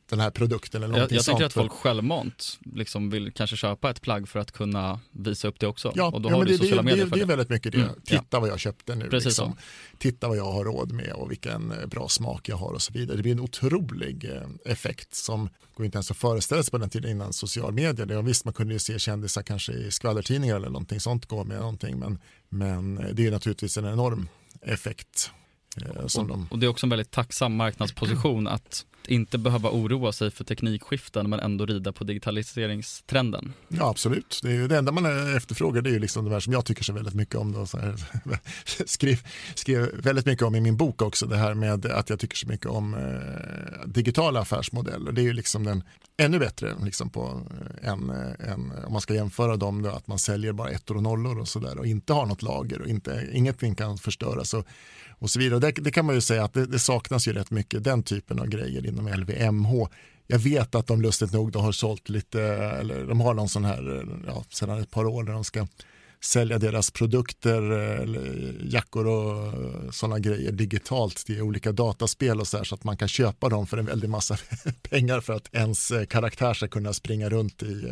den här produkten eller jag, någonting jag sånt. tänker att folk självmant liksom vill kanske köpa ett plagg för att kunna visa upp det också. Ja, och då ja har men du det, sociala det, medier det, för det är det. väldigt mycket det. Mm, Titta ja. vad jag köpte nu. Precis liksom. så. Titta vad jag har råd med och vilken bra smak jag har och så vidare. Det blir en otrolig effekt som går inte ens att föreställa sig på den tiden innan social media. Det var visst, man kunde ju se kändisar kanske i skvallertidningar eller någonting sånt gå med någonting, men, men det är naturligtvis en enorm effekt. Eh, som och, de... och det är också en väldigt tacksam marknadsposition att inte behöva oroa sig för teknikskiften men ändå rida på digitaliseringstrenden. Ja, absolut. Det, är ju det enda man efterfrågar, det är ju liksom det här som jag tycker så väldigt mycket om. Då, så här, skriv, skriv väldigt mycket om i min bok också, det här med att jag tycker så mycket om eh, digitala affärsmodeller. Det är ju liksom den ännu bättre liksom på en, en, om man ska jämföra dem då, att man säljer bara ettor och nollor och sådär och inte har något lager och inte, ingenting kan förstöras och, och så vidare. Det, det kan man ju säga att det, det saknas ju rätt mycket den typen av grejer inom L V M H. Jag vet att de lustigt nog de har sålt lite, eller de har någon sån här, ja, sedan ett par år där de ska sälja deras produkter, eller jackor och sådana grejer digitalt till olika dataspel och så här, så att man kan köpa dem för en väldig massa pengar för att ens karaktär ska kunna springa runt i,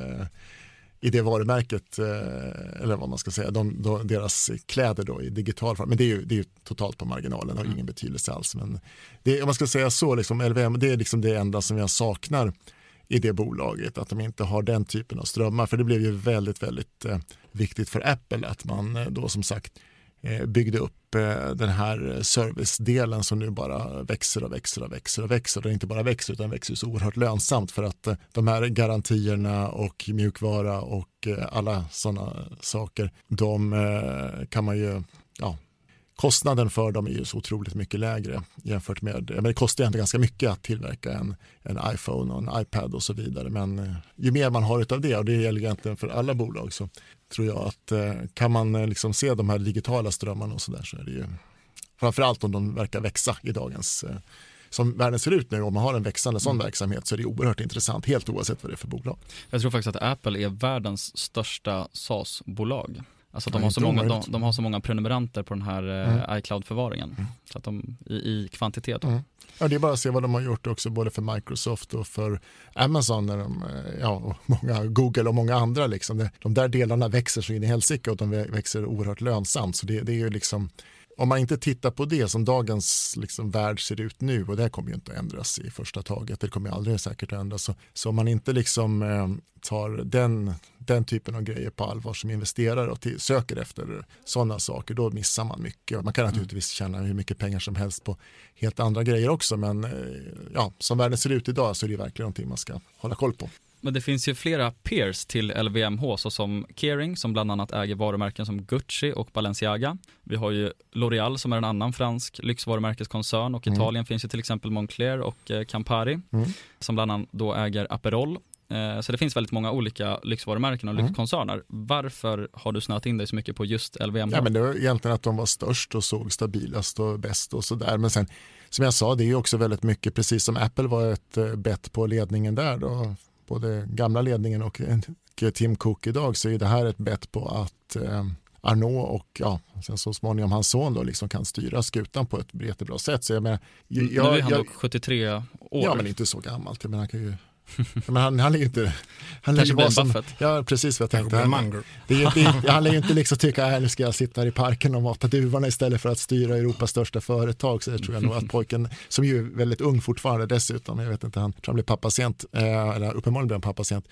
i det varumärket, eller vad man ska säga, de, de, deras kläder då i digital form. Men det är ju, det är ju totalt på marginalen, det har ingen betydelse alls. Men det, om man ska säga så, liksom, L V M, det är liksom det enda som jag saknar i det bolaget, att de inte har den typen av strömmar, för det blev ju väldigt, väldigt eh, viktigt för Apple att man eh, då som sagt eh, byggde upp eh, den här servicedelen som nu bara växer och växer och växer och växer, och det inte bara växer utan växer så oerhört lönsamt, för att eh, de här garantierna och mjukvara och eh, alla sådana saker, de eh, kan man ju, ja, kostnaden för dem är ju så otroligt mycket lägre jämfört med, men det kostar ändå ganska mycket att tillverka en, en iPhone och en iPad och så vidare, men ju mer man har utav det, och det gäller egentligen för alla bolag, så tror jag att kan man liksom se de här digitala strömmarna och så där, så är det ju framförallt om de verkar växa i dagens, som världen ser ut nu, om man har en växande sån mm. verksamhet, så är det oerhört intressant helt oavsett vad det är för bolag. Jag tror faktiskt att Apple är världens största SaaS-bolag. Alltså de har, så många, de, de har så många prenumeranter på den här mm. iCloud-förvaringen. Mm. Så att de i, i kvantitet. Mm. Ja, det är bara att se vad de har gjort också, både för Microsoft och för Amazon, när de, ja, och många, Google och många andra. Liksom. De där delarna växer så in i helsike och de växer oerhört lönsamt. Så det, det är ju liksom, om man inte tittar på det som dagens liksom värld ser ut nu, och det kommer ju inte att ändras i första taget, det kommer aldrig säkert att ändras, så, så om man inte liksom eh, tar den, den typen av grejer på allvar som investerare och till, söker efter sådana saker, då missar man mycket. Man kan naturligtvis tjäna hur mycket pengar som helst på helt andra grejer också, men eh, ja, som världen ser ut idag så är det verkligen någonting man ska hålla koll på. Men det finns ju flera peers till L V M H, såsom Kering som bland annat äger varumärken som Gucci och Balenciaga. Vi har ju L'Oreal som är en annan fransk lyxvarumärkeskoncern, och i mm. Italien finns ju till exempel Moncler och eh, Campari mm. som bland annat då äger Aperol. Eh, så det finns väldigt många olika lyxvarumärken och mm. lyxkoncerner. Varför har du snöat in dig så mycket på just L V M H? Ja, men det var egentligen att de var störst och såg stabilast och bäst och sådär. Men sen, som jag sa, det är ju också väldigt mycket, precis som Apple var ett eh, bett på ledningen där då, både gamla ledningen och Tim Cook idag, så är det här ett bett på att eh, Arnault och ja, sen så småningom hans son då liksom kan styra skutan på ett jättebra sätt. Så jag menar, jag, nu är han jag, dock sjuttiotre år. Ja, men inte så gammalt. Men han kan ju men han, han är ju inte han kanske blir som, Buffett. Ja, precis vad jag tänkte. Han, det är, det, han lär ju inte liksom tycka att nu ska jag sitta här i parken och mata duvarna istället för att styra Europas största företag. Så jag tror jag nog att pojken, som ju är väldigt ung fortfarande dessutom, jag vet inte, han tror han blir pappa sent, eh, eller uppenbarligen blir han pappa sent,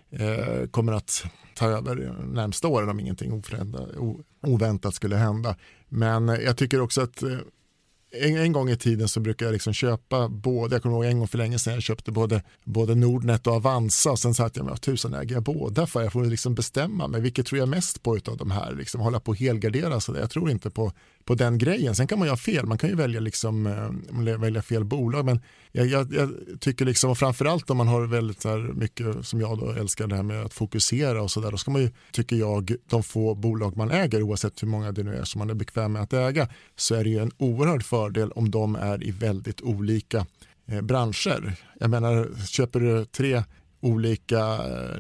eh, kommer att ta över närmsta åren om ingenting oväntat skulle hända. Men jag tycker också att eh, En, en gång i tiden så brukar jag liksom köpa både, jag kommer ihåg en gång för länge sedan jag köpte både, både Nordnet och Avanza, och sen sa jag att tusen äger jag båda, för jag får liksom bestämma mig vilket tror jag mest på utav de här, liksom hålla på och helgardera, så jag tror inte på, på den grejen. Sen kan man ju ha fel, man kan ju välja, liksom, äh, välja fel bolag, men jag, jag, jag tycker liksom, och framförallt om man har väldigt så här mycket, som jag då älskar det här med att fokusera och sådär, då ska man ju, tycker jag, de få bolag man äger, oavsett hur många det nu är som man är bekväm med att äga, så är det ju en oerhörd fördel om de är i väldigt olika eh, branscher. Jag menar, köper du tre olika eh,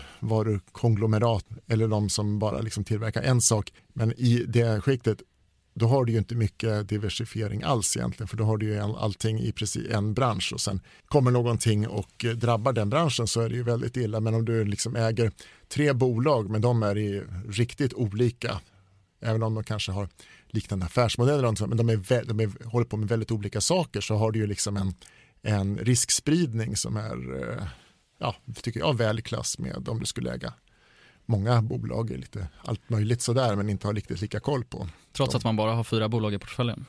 lyxvarukonglomerat eller de som bara liksom tillverkar en sak, men i det skiktet, då har du ju inte mycket diversifiering alls egentligen, för då har du ju allting i precis en bransch och sen kommer någonting och drabbar den branschen så är det ju väldigt illa. Men om du liksom äger tre bolag men de är i riktigt olika, även om de kanske har liknande affärsmodeller, men de, är, de är, håller på med väldigt olika saker, så har du ju liksom en, en riskspridning som är, ja, tycker jag, väl i klass med om du skulle äga många bolag, är lite allt möjligt sådär, men inte har riktigt lika koll på. Trots dem. att man bara har fyra bolag i portföljen?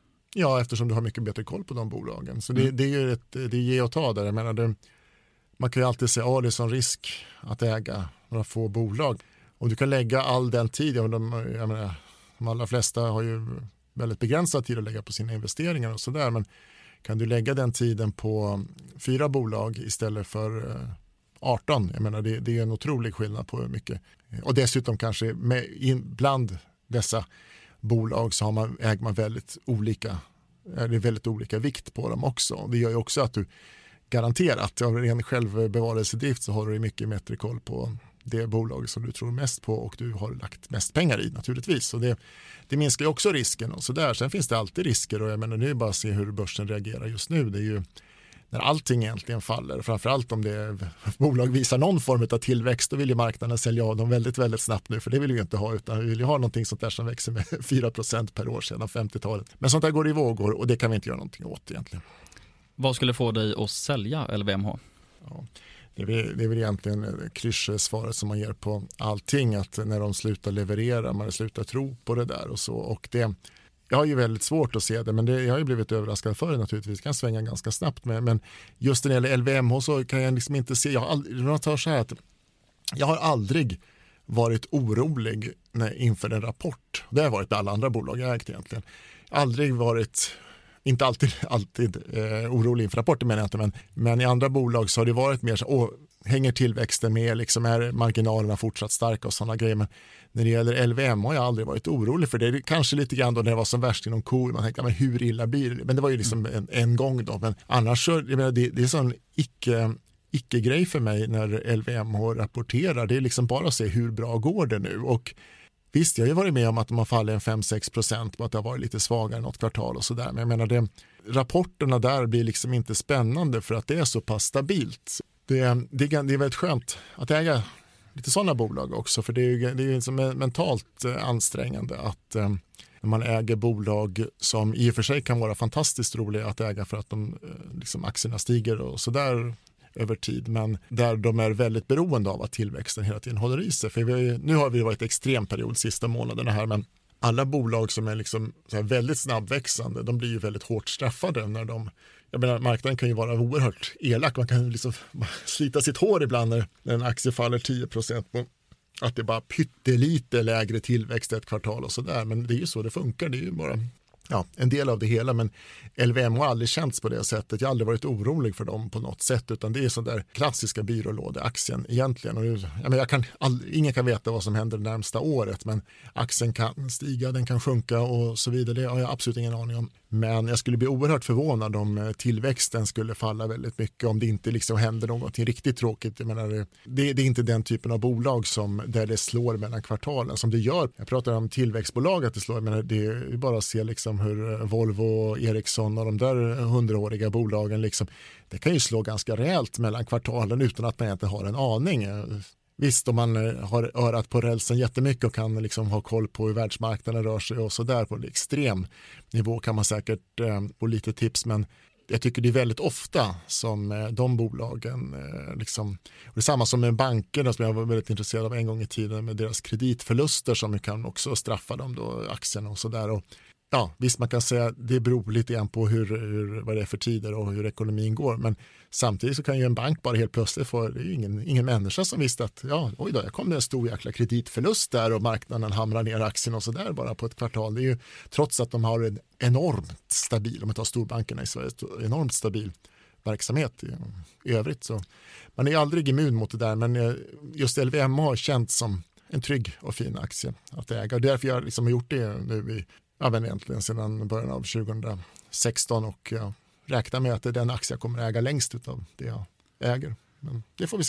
Ja, eftersom du har mycket bättre koll på de bolagen. Så mm. det, det är ju ett, det är ge och ta där. Jag menar, det, man kan ju alltid säga att oh, det är sån risk att äga några få bolag. Om du kan lägga all den tid, jag menar, jag menar, de allra flesta har ju väldigt begränsad tid att lägga på sina investeringar och sådär, men kan du lägga den tiden på fyra bolag istället för arton, jag menar det, det är en otrolig skillnad på hur mycket. Och dessutom kanske med, in, bland dessa bolag så har man, äger man väldigt olika, är det väldigt olika vikt på dem också. Det gör ju också att du garanterat av ren självbevarelsedrift så har du mycket bättre koll på det bolag som du tror mest på och du har lagt mest pengar i naturligtvis. Så det, det minskar ju också risken och så där. Sen finns det alltid risker och jag menar nu är bara att se hur börsen reagerar just nu. Det är ju när allting egentligen faller, framförallt om det är, bolag visar någon form av tillväxt, då vill ju marknaden sälja av dem väldigt, väldigt snabbt nu, för det vill vi ju inte ha, utan vi vill ju ha någonting sånt där som växer med fyra procent per år sedan femtiotalet. Men sånt där går i vågor och det kan vi inte göra någonting åt egentligen. Vad skulle få dig att sälja L V M H? Ja, det, är väl, det är väl egentligen klyschsvaret som man ger på allting, att när de slutar leverera, man slutar tro på det där och så, och det jag har ju väldigt svårt att se det, men det, jag har ju blivit överraskad för det naturligtvis. Det kan svänga ganska snabbt med, men just när det gäller L V M H så kan jag liksom inte se, jag har aldrig, jag tar så här att jag har aldrig varit orolig när, inför en rapport. Det har varit med alla andra bolag jag ägt egentligen. Aldrig varit, inte alltid, alltid eh, orolig inför rapporter menar jag inte, men, men i andra bolag så har det varit mer så, åh, hänger tillväxten med, liksom är marginalerna fortsatt starka och sådana grejer. Men när det gäller L V M har jag aldrig varit orolig för det. Kanske lite grann då när det var som värst inom kor. Man tänkte, men hur illa blir det? Men det var ju liksom en, en gång då. Men annars så, jag menar, det, det är sån icke, icke-grej för mig när L V M H rapporterar. Det är liksom bara att se hur bra går det nu. Och visst, jag har ju varit med om att de har fallit en fem till sex procent på att det har varit lite svagare något kvartal och sådär. Men jag menar, det, rapporterna där blir liksom inte spännande för att det är så pass stabilt. Det, det, det är väldigt skönt att äga lite sådana bolag också, för det är ju, det är ju liksom mentalt ansträngande att eh, när man äger bolag som i och för sig kan vara fantastiskt roliga att äga för att de, eh, liksom aktierna stiger och sådär över tid, men där de är väldigt beroende av att tillväxten hela tiden håller i sig. För vi har ju, nu har vi varit extrem period sista månaderna här, men alla bolag som är liksom så här väldigt snabbväxande, de blir ju väldigt hårt straffade när de, jag menar, marknaden kan ju vara oerhört elak, man kan ju liksom slita sitt hår ibland när en aktie faller tio procent på att det är bara pyttelite lägre tillväxt ett kvartal och sådär, men det är ju så det funkar, det är ju bara ja, en del av det hela, men L V M har aldrig känts på det sättet. Jag har aldrig varit orolig för dem på något sätt, utan det är sån där klassiska byrålådeaktien egentligen. Och jag menar, jag kan, all, ingen kan veta vad som händer det närmsta året, men aktien kan stiga, den kan sjunka och så vidare. Det har jag absolut ingen aning om. Men jag skulle bli oerhört förvånad om tillväxten skulle falla väldigt mycket, om det inte liksom händer någonting riktigt tråkigt. Jag menar, det, det är inte den typen av bolag som där det slår mellan kvartalen som det gör. Jag pratar om tillväxtbolag att det slår, men det är bara att se liksom hur Volvo, Ericsson och de där hundraåriga bolagen liksom, det kan ju slå ganska rejält mellan kvartalen utan att man inte har en aning. Visst, om man har örat på rälsen jättemycket och kan liksom ha koll på hur världsmarknaden rör sig och så där på en extrem nivå kan man säkert eh, få lite tips, men jag tycker det är väldigt ofta som eh, de bolagen eh, liksom, och det är samma som med bankerna som jag var väldigt intresserad av en gång i tiden med deras kreditförluster som kan också straffa dem då, aktierna och så där. Och ja, visst man kan säga att det beror lite grann på hur, hur, vad det är för tider och hur ekonomin går, men samtidigt så kan ju en bank bara helt plötsligt få, det är ju ingen, ingen människa som visste att ja, oj då, jag kom det en stor jäkla kreditförlust där och marknaden hamrar ner aktien och så där bara på ett kvartal. Det är ju trots att de har en enormt stabil, om man tar storbankerna i Sverige, enormt stabil verksamhet i, i övrigt. Så man är aldrig immun mot det där, men just L V M har känts som en trygg och fin aktie att äga och därför jag liksom har gjort det nu i ja, men egentligen sedan början av tjugohundrasexton och jag räknar med att det är den aktie jag kommer äga längst av det jag äger. Men det får vi se.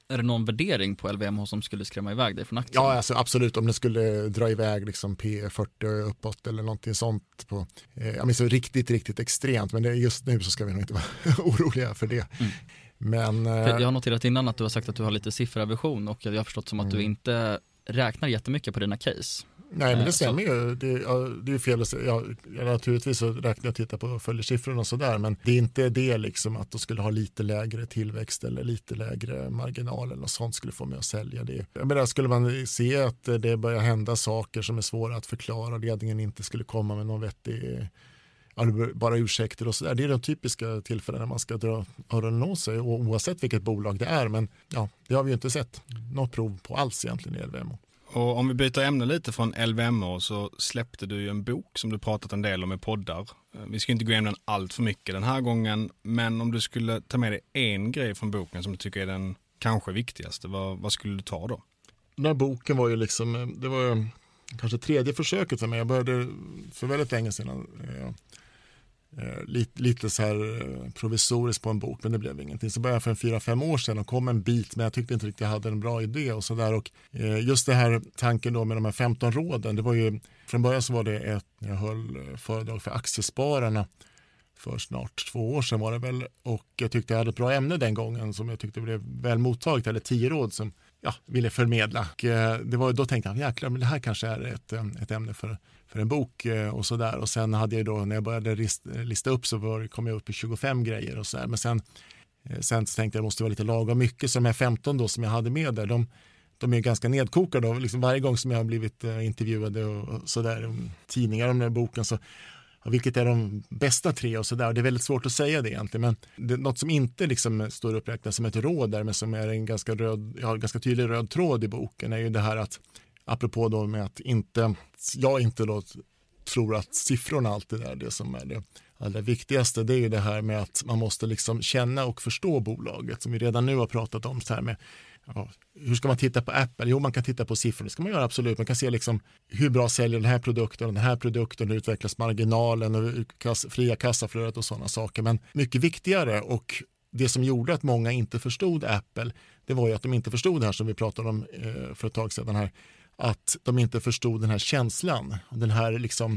Är det någon värdering på L V M H som skulle skrämma iväg dig från aktien? Ja, alltså absolut. Om det skulle dra iväg liksom P E fyrtio uppåt eller någonting sånt. På, eh, jag minns så riktigt, riktigt extremt. Men det, just nu så ska vi nog inte vara oroliga för det. Mm. Men, eh, jag har noterat innan att du har sagt att du har lite sifferaversion och jag har förstått som att mm. du inte räknar jättemycket på dina case. Nej, men det stämmer ju. Det, ja, det är fel att säga. Ja, naturligtvis så räknar jag och tittar på följersiffror och sådär, men det är inte det liksom att de skulle ha lite lägre tillväxt eller lite lägre marginal eller något sånt skulle få mig att sälja det. Jag menar, skulle man se att det börjar hända saker som är svåra att förklara, ledningen inte skulle komma med någon vettig, bara ursäkter och sådär. Det är de typiska tillfällen när man ska dra öronen åt sig, och oavsett vilket bolag det är, men ja, det har vi ju inte sett något prov på alls egentligen i L V M H. Och om vi byter ämne lite från L V M H så släppte du ju en bok som du pratat en del om i poddar. Vi ska inte gå igenom den allt för mycket den här gången, men om du skulle ta med dig en grej från boken som du tycker är den kanske viktigaste, vad, vad skulle du ta då? Den här boken var ju liksom, det var kanske tredje försöket för mig. Jag började för väldigt länge sedan ja, lite, lite så här provisoriskt på en bok, men det blev ingenting. Så började jag för en fyra, fem år sedan och kom en bit, men jag tyckte inte riktigt jag hade en bra idé och sådär. Och just det här tanken då med de här femton råden, det var ju, från början så var det ett, jag höll föredrag för aktiespararna för snart två år sedan var det väl, och jag tyckte jag hade ett bra ämne den gången som jag tyckte blev väl mottaget, eller tio råd som jag ville förmedla. Och det var, då tänkte jag, jäklar, men det här kanske är ett, ett ämne för, för en bok och sådär. Och sen hade jag då, när jag började lista upp så var, kom jag upp i tjugofem grejer och sådär. Men sen, sen tänkte jag, det måste vara lite lagom mycket. Så de här femton då som jag hade med där, de, de är ganska nedkokade. Och liksom varje gång som jag har blivit intervjuade och sådär, tidningar om den här boken, så vilket är de bästa tre och sådär. Det är väldigt svårt att säga det egentligen, men det är något som inte liksom står uppräknat som ett råd där, men som är en ganska, röd, ja, ganska tydlig röd tråd i boken, är ju det här att, apropå då med att inte, jag inte då tror att siffrorna alltid är det som är det allra viktigaste. Det är ju det här med att man måste liksom känna och förstå bolaget, som vi redan nu har pratat om, så här med, ja, hur ska man titta på Apple? Jo, man kan titta på siffror. Det ska man göra, absolut. Man kan se liksom hur bra säljer den här produkten och den här produkten, hur utvecklas marginalen och kass, fria kassaflödet och sådana saker. Men mycket viktigare, och det som gjorde att många inte förstod Apple, det var ju att de inte förstod det här som vi pratade om eh, för ett tag sedan här, att de inte förstod den här känslan, den här liksom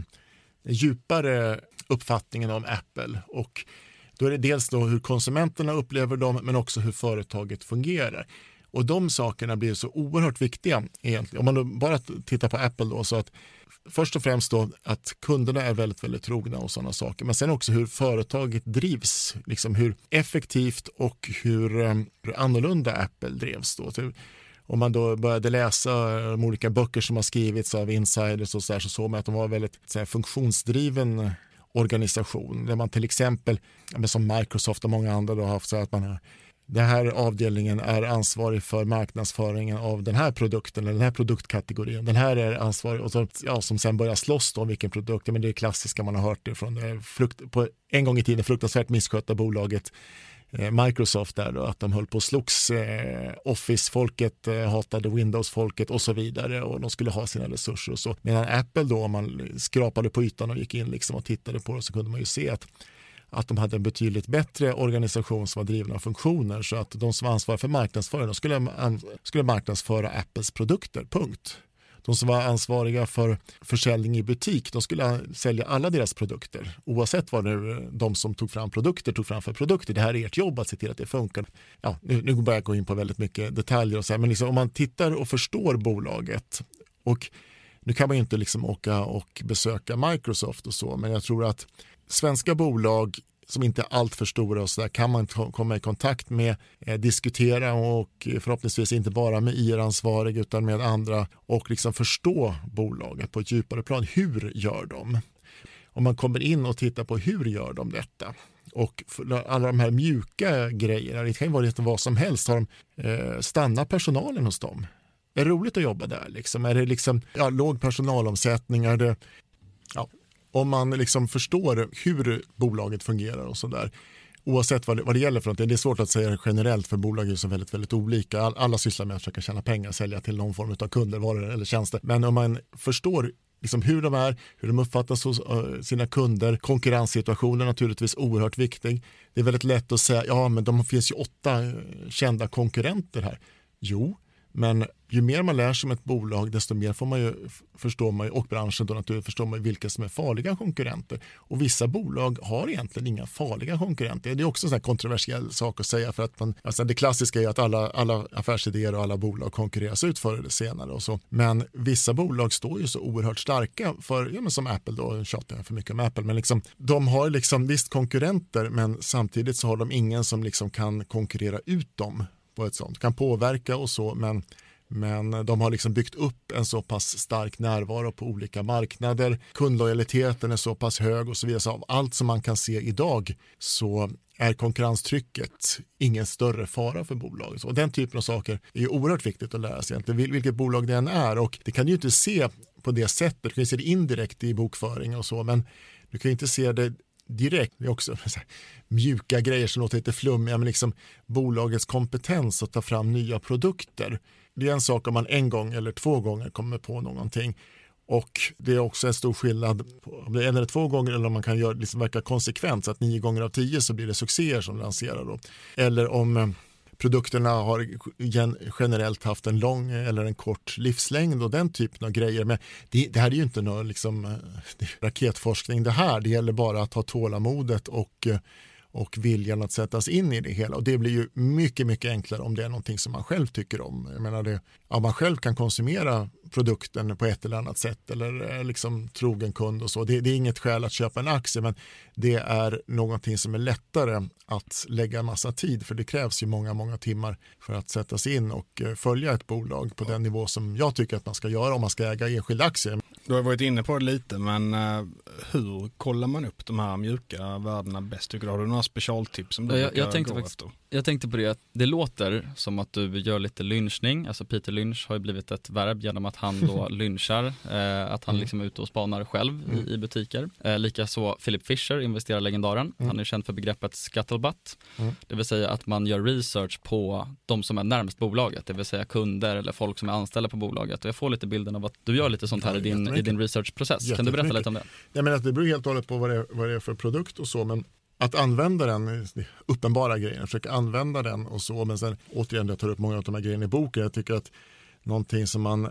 djupare uppfattningen om Apple. Och då är det dels då hur konsumenterna upplever dem, men också hur företaget fungerar. Och de sakerna blir så oerhört viktiga egentligen. Om man då bara tittar på Apple då, så att först och främst då att kunderna är väldigt, väldigt trogna och sådana saker. Men sen också hur företaget drivs, liksom hur effektivt och hur, hur annorlunda Apple drevs då. Om man då började läsa de olika böcker som har skrivits av insiders och så, där, så såg man att de var väldigt så här, funktionsdriven organisation. Där man till exempel, som Microsoft och många andra då har haft så att man har, den här avdelningen är ansvarig för marknadsföringen av den här produkten eller den här produktkategorin. Den här är ansvarig, och så, ja, som sen börjar slåss om vilken produkt. Men det är klassiska, man har hört det från det frukt, på en gång i tiden fruktansvärt misskötta bolaget eh, Microsoft där då, att de höll på att slogs, eh, Office-folket eh, hatade Windows-folket och så vidare, och de skulle ha sina resurser och så. Medan Apple då, om man skrapade på ytan och gick in liksom och tittade på det, så kunde man ju se att att de hade en betydligt bättre organisation som var driven av funktioner, så att de som var ansvariga för marknadsföring, de skulle, skulle marknadsföra Apples produkter, punkt. De som var ansvariga för försäljning i butik, de skulle sälja alla deras produkter, oavsett vad nu de som tog fram produkter tog fram för produkter. Det här är ert jobb att se till att det funkar. Ja, nu, nu börjar jag gå in på väldigt mycket detaljer och så här, men liksom, om man tittar och förstår bolaget, och nu kan man ju inte liksom åka och besöka Microsoft och så, men jag tror att svenska bolag som inte är allt för stora och så där, kan man komma i kontakt med, eh, diskutera, och förhoppningsvis inte bara med I R-ansvarig utan med andra, och liksom förstå bolaget på ett djupare plan. Hur gör de? Om man kommer in och tittar på hur gör de detta, och alla de här mjuka grejerna, det kan ju vara lite vad som helst, har de eh, stannar personalen hos dem? Är det roligt att jobba där? Liksom? Är det liksom, ja, låg personalomsättning? Är det, ja, om man liksom förstår hur bolaget fungerar och så där, oavsett vad det, vad det gäller för något. Det är svårt att säga generellt, för bolag är så väldigt, väldigt olika. All, alla sysslar med att försöka tjäna pengar, sälja till någon form av kunder, varor eller tjänster. Men om man förstår liksom hur de är, hur de uppfattas hos uh, sina kunder. Konkurrenssituationen är naturligtvis oerhört viktig. Det är väldigt lätt att säga, ja men de finns ju åtta uh, kända konkurrenter här. Jo, men ju mer man lär sig om ett bolag, desto mer får man ju, förstår man ju, och branschen då naturligtvis förstår man ju vilka som är farliga konkurrenter. Och vissa bolag har egentligen inga farliga konkurrenter. Det är också en sån här kontroversiell sak att säga, för att man, alltså det klassiska är ju att alla, alla affärsidéer och alla bolag konkurreras ut förr eller senare och så. Men vissa bolag står ju så oerhört starka för, ja men som Apple då, tjatar jag för mycket om Apple, men liksom, de har liksom visst konkurrenter, men samtidigt så har de ingen som liksom kan konkurrera ut dem på ett sånt, kan påverka och så, men Men de har liksom byggt upp en så pass stark närvaro på olika marknader. Kundlojaliteten är så pass hög och så vidare. Så av allt som man kan se idag så är konkurrenstrycket ingen större fara för bolaget. Och den typen av saker är ju oerhört viktigt att lära sig egentligen, vilket bolag det än är. Och det kan ju inte se på det sättet. Du kan ju se det indirekt i bokföring och så, men du kan ju inte se det direkt. Det är också så här, mjuka grejer som låter lite flummiga, men liksom bolagets kompetens att ta fram nya produkter. Det är en sak om man en gång eller två gånger kommer på någonting, och det är också en stor skillnad om det är en eller två gånger eller om man kan göra liksom verka konsekvent så att nio gånger av tio så blir det succéer som lanserar då. Eller om produkterna har generellt haft en lång eller en kort livslängd och den typen av grejer. Men det, det här är ju inte någon liksom, raketforskning det här. Det gäller bara att ha tålamodet och och viljan att sättas in i det hela. Och det blir ju mycket, mycket enklare om det är någonting som man själv tycker om. Jag menar det, om man själv kan konsumera produkten på ett eller annat sätt eller liksom trogen kund och så. Det, det är inget skäl att köpa en aktie, men det är någonting som är lättare att lägga en massa tid, för det krävs ju många, många timmar för att sätta sig in och följa ett bolag på den nivå som jag tycker att man ska göra om man ska äga enskilda aktier. Du har varit inne på det lite, men uh, hur kollar man upp de här mjuka värdena bäst? Tycker du? Har du några specialtips som du jag, jag tänkte gå faktiskt, efter? Jag tänkte på det att det låter som att du gör lite lynchning. Alltså Peter Lynch har ju blivit ett verb genom att han då lynchar, eh, att han liksom är ute och spanar själv mm. i, i butiker. Eh, Likaså Philip Fisher, investerarlegendaren. Mm. Han är känd för begreppet scuttlebutt. Mm. Det vill säga att man gör research på de som är närmast bolaget. Det vill säga kunder eller folk som är anställda på bolaget. Och jag får lite bilden av att du gör lite sånt här ja, i din, i din researchprocess. Kan du berätta lite om det? Jag menar att det beror helt och hållet på vad det, är, vad det är för produkt och så, men att använda den, uppenbara grejer, försöka använda den och så, men sen återigen jag tar upp många av de här grejerna i boken. Jag tycker att någonting som man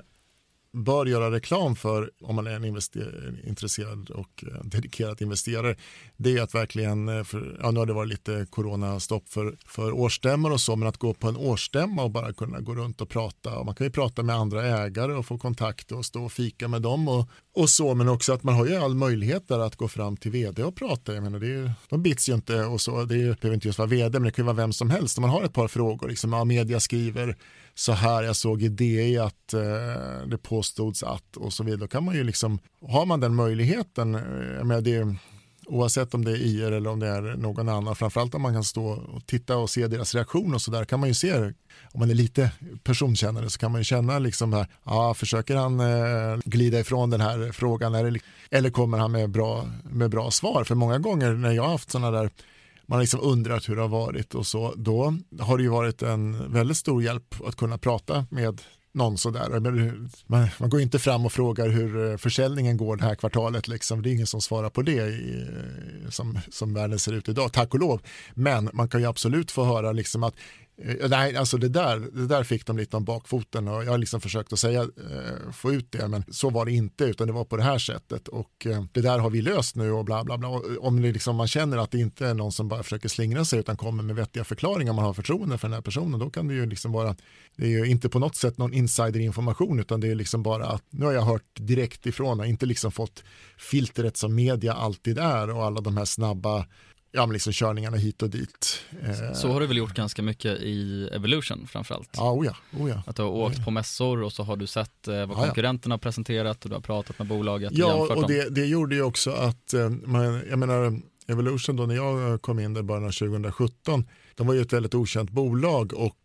bör göra reklam för om man är en invester- intresserad och dedikerad investerare, det är att verkligen, för, ja, nu har det varit lite coronastopp för, för årsstämmor och så, men att gå på en årsstämma och bara kunna gå runt och prata, och man kan ju prata med andra ägare och få kontakt och stå och fika med dem och, och så, men också att man har ju all möjlighet där att gå fram till vd och prata. Jag menar, det är ju, de bits ju inte och så, det är ju, det behöver inte just vara vd, men det kan ju vara vem som helst. Om man har ett par frågor, liksom, ja, media skriver så här, jag såg i D I att eh, det påstods att och så vidare, då kan man ju liksom, har man den möjligheten, jag menar, det, oavsett om det är I R eller om det är någon annan, framförallt om man kan stå och titta och se deras reaktion och så där, kan man ju se, om man är lite personkännare så kan man ju känna liksom här, ja, försöker han eh, glida ifrån den här frågan eller, eller kommer han med bra, med bra svar? För många gånger när jag har haft sådana där, man har liksom undrat hur det har varit och så, då har det ju varit en väldigt stor hjälp att kunna prata med någon sådär. Man, man går inte fram och frågar hur försäljningen går det här kvartalet. Liksom. Det är ingen som svarar på det i, som, som världen ser ut idag, tack och lov. Men man kan ju absolut få höra liksom att nej, alltså det där, det där fick de lite om bakfoten och jag har liksom försökt att säga, eh, få ut det, men så var det inte, utan det var på det här sättet och eh, det där har vi löst nu och bla bla bla. Och om det liksom, man känner att det inte är någon som bara försöker slingra sig utan kommer med vettiga förklaringar, man har förtroende för den här personen, då kan det ju liksom vara, det är ju inte på något sätt någon insiderinformation, utan det är liksom bara att nu har jag hört direkt ifrån och inte liksom fått filtret som media alltid är och alla de här snabba, ja, men liksom körningarna hit och dit. Så har du väl gjort ganska mycket i Evolution framförallt? Ja, oja, oja. Att du har åkt ja. på mässor och så har du sett eh, vad konkurrenterna ja, ja. har presenterat och du har pratat med bolaget. Ja, och det, det gjorde ju också att, man, jag menar, Evolution då när jag kom in där början av tjugo sjutton, de var ju ett väldigt okänt bolag och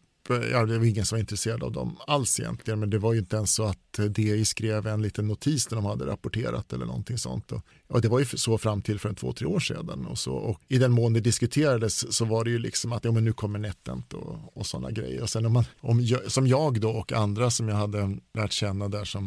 ja, det var ingen som var intresserad av dem alls egentligen, men det var ju inte ens så att D I skrev en liten notis där de hade rapporterat eller någonting sånt. Och, och det var ju så fram till för en två, tre år sedan. Och, så, och i den mån det diskuterades så var det ju liksom att ja, men nu kommer NetEnt och, och sådana grejer. Och sen om man, om jag, som jag då och andra som jag hade lärt känna där som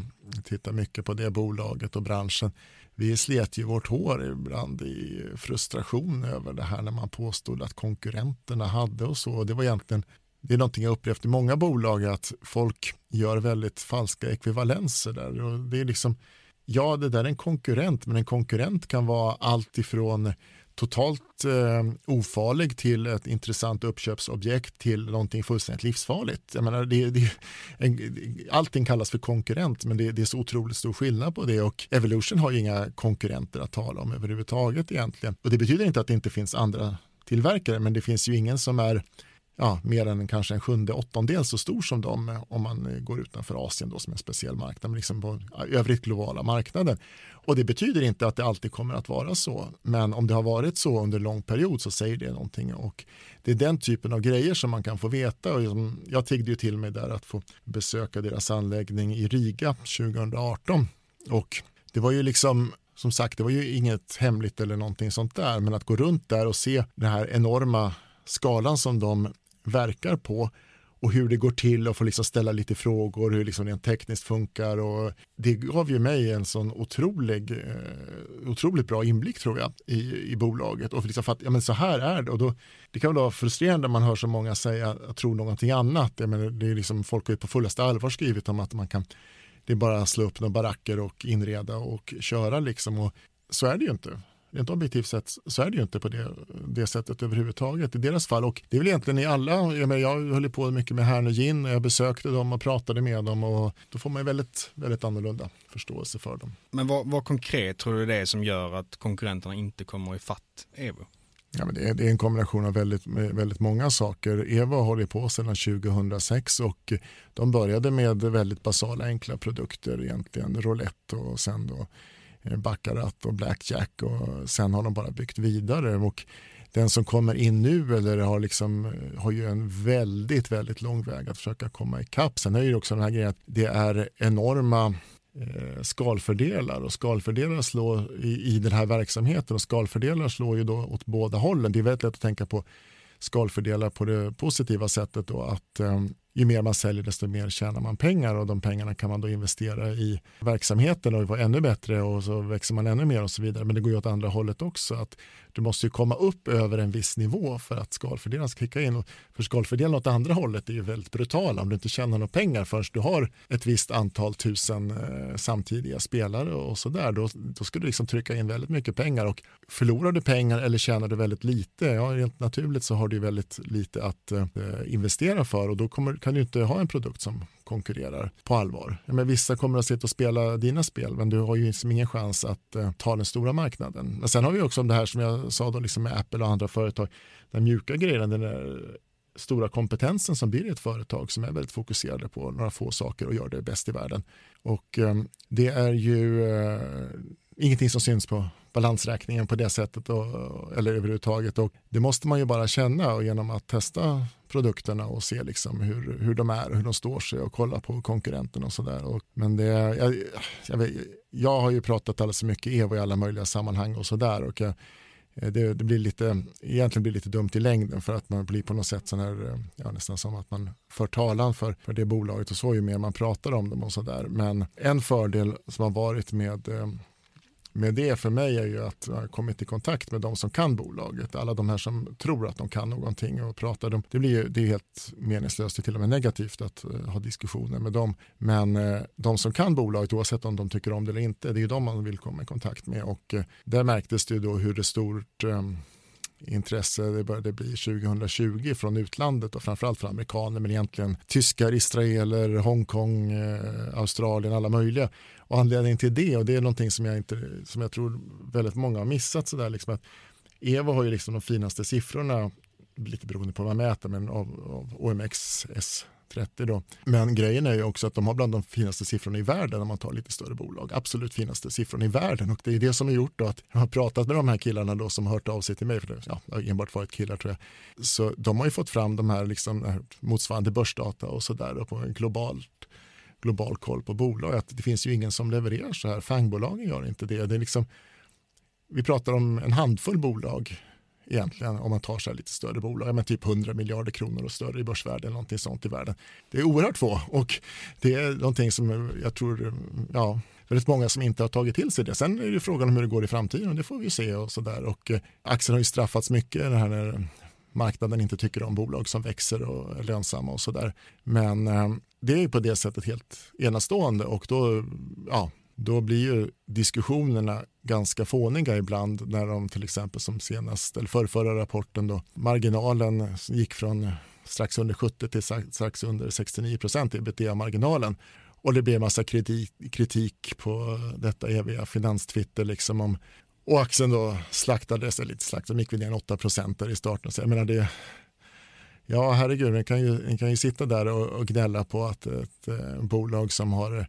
tittar mycket på det bolaget och branschen. Vi slet ju vårt hår ibland i frustration över det här när man påstod att konkurrenterna hade och så. Det var egentligen, det är någonting jag upplevt i många bolag, att folk gör väldigt falska ekvivalenser där. Och det är liksom, ja, det där är en konkurrent, men en konkurrent kan vara allt ifrån totalt eh, ofarlig till ett intressant uppköpsobjekt till någonting fullständigt livsfarligt. Jag menar, det, det, en, allting kallas för konkurrent, men det, det är så otroligt stor skillnad på det, och Evolution har ju inga konkurrenter att tala om överhuvudtaget egentligen. Och det betyder inte att det inte finns andra tillverkare, men det finns ju ingen som är ja, mer än kanske en sjunde, åttondel så stor som dem om man går utanför Asien då, som en speciell marknad, men liksom på övrigt globala marknaden. Och det betyder inte att det alltid kommer att vara så, men om det har varit så under en lång period så säger det någonting, och det är den typen av grejer som man kan få veta. Och jag tiggde ju till mig där att få besöka deras anläggning i Riga tjugo arton, och det var ju liksom, som sagt, det var ju inget hemligt eller någonting sånt där, men att gå runt där och se den här enorma skalan som de verkar på och hur det går till och få liksom ställa lite frågor, hur liksom det tekniskt funkar, och det gav ju mig en sån otrolig eh, otroligt bra inblick, tror jag, i, i bolaget, och liksom för att, ja, men så här är det, och då, det kan vara frustrerande när man hör så många säga att tro någonting annat. Jag menar, det är liksom, folk har ju på fullaste allvar skrivit om att man kan, det är bara att slå upp några baracker och inreda och köra liksom, och så är det ju inte. Rent objektivt sett så är det ju inte på det, det sättet överhuvudtaget i deras fall, och det är väl egentligen i alla, jag, menar, jag höll på mycket med Hern och Gin och jag besökte dem och pratade med dem, och då får man ju väldigt, väldigt annorlunda förståelse för dem. Men vad, vad konkret tror du det är som gör att konkurrenterna inte kommer i fatt Evo? Ja, men det, är, det är en kombination av väldigt, väldigt många saker. Evo har hållit på sedan tjugohundrasex och de började med väldigt basala enkla produkter egentligen, roulette och sen då baccarat och blackjack, och sen har de bara byggt vidare, och den som kommer in nu eller har, liksom, har ju en väldigt, väldigt lång väg att försöka komma ikapp. Sen är det ju också den här grejen att det är enorma eh, skalfördelar, och skalfördelar slår i, i den här verksamheten, och skalfördelar slår ju då åt båda hållen. Det är väldigt lätt att tänka på skalfördelar på det positiva sättet då, att eh, ju mer man säljer desto mer tjänar man pengar, och de pengarna kan man då investera i verksamheten och vara ännu bättre, och så växer man ännu mer och så vidare. Men det går ju åt andra hållet också, att du måste ju komma upp över en viss nivå för att skalfördelaren ska kicka in, och för skalfördelen åt andra hållet är ju väldigt brutala. Om du inte tjänar några pengar förrän du har ett visst antal tusen eh, samtidiga spelare och så där, då, då ska du liksom trycka in väldigt mycket pengar, och förlorar du pengar eller tjänar du väldigt lite, ja, rent naturligt så har du väldigt lite att eh, investera för, och då kommer kan du inte ha en produkt som konkurrerar på allvar. Men vissa kommer att sitta och spela dina spel, men du har ju liksom ingen chans att uh, ta den stora marknaden. Men sen har vi också om det här som jag sa då, liksom med Apple och andra företag, den mjuka grejen, den där stora kompetensen som blir ett företag som är väldigt fokuserade på några få saker och gör det bäst i världen. Och um, det är ju uh, ingenting som syns på balansräkningen på det sättet, och, eller överhuvudtaget, och det måste man ju bara känna, och genom att testa produkterna och se liksom hur, hur de är och hur de står sig, och kolla på konkurrenterna och sådär. Men det, jag, jag, vet, jag har ju pratat alldeles så mycket Evo i alla möjliga sammanhang och sådär, och jag, det, det blir lite, egentligen blir lite dumt i längden, för att man blir på något sätt sån här, ja, nästan som att man för talan för, för det bolaget, och så ju mer man pratar om dem och sådär. Men en fördel som har varit med med det för mig är ju att jag har kommit i kontakt med de som kan bolaget. Alla de här som tror att de kan någonting och pratar om. Det blir ju, det är helt meningslöst, det är till och med negativt att uh, ha diskussioner med dem. Men uh, de som kan bolaget, oavsett om de tycker om det eller inte, det är ju de man vill komma i kontakt med. Och uh, där märktes det ju då hur det stort um, intresse det började bli tjugohundratjugo från utlandet, och framförallt från amerikaner, men egentligen tyskar, israeler, Hongkong, eh, Australien, alla möjliga. Och anledningen till det, och det är någonting som jag, inte, som jag tror väldigt många har missat, så där, liksom att Evo har ju liksom de finaste siffrorna, lite beroende på vad man mäter, men av, av O M X S trettio då. Men grejen är ju också att de har bland de finaste siffrorna i världen om man tar lite större bolag. Absolut finaste siffrorna i världen, och det är det som har gjort då att jag har pratat med de här killarna då som har hört av sig till mig, för det, ja, det har enbart varit killar tror jag. Så de har ju fått fram de här liksom motsvarande börsdata och sådär på en global, global koll på bolag. Att det finns ju ingen som levererar så här. Fangbolagen gör inte det. Det är liksom, vi pratar om en handfull bolag egentligen om man tar sig lite större bolag, men typ hundra miljarder kronor och större i börsvärde eller någonting sånt i världen. Det är oerhört få och det är någonting som jag tror, ja, väldigt många som inte har tagit till sig det. Sen är det frågan om hur det går i framtiden och det får vi se och sådär. Och eh, aktien har ju straffats mycket det här när marknaden inte tycker om bolag som växer och är lönsamma och sådär. Men eh, det är ju på det sättet helt enastående och då, ja, då blir ju diskussionerna ganska fåniga ibland när de till exempel som senast, eller förrförra rapporten då, marginalen gick från strax under sjuttio till strax under sextionio procent i ebitda-marginalen. Och det blev en massa kritik, kritik på detta eviga finanstwitter liksom om, och aktien då slaktades, eller lite slaktades, gick vi ner åtta procent där i starten. Så jag menar det, ja herregud, ni kan ju, ni kan ju sitta där och, och gnälla på att ett, ett bolag som har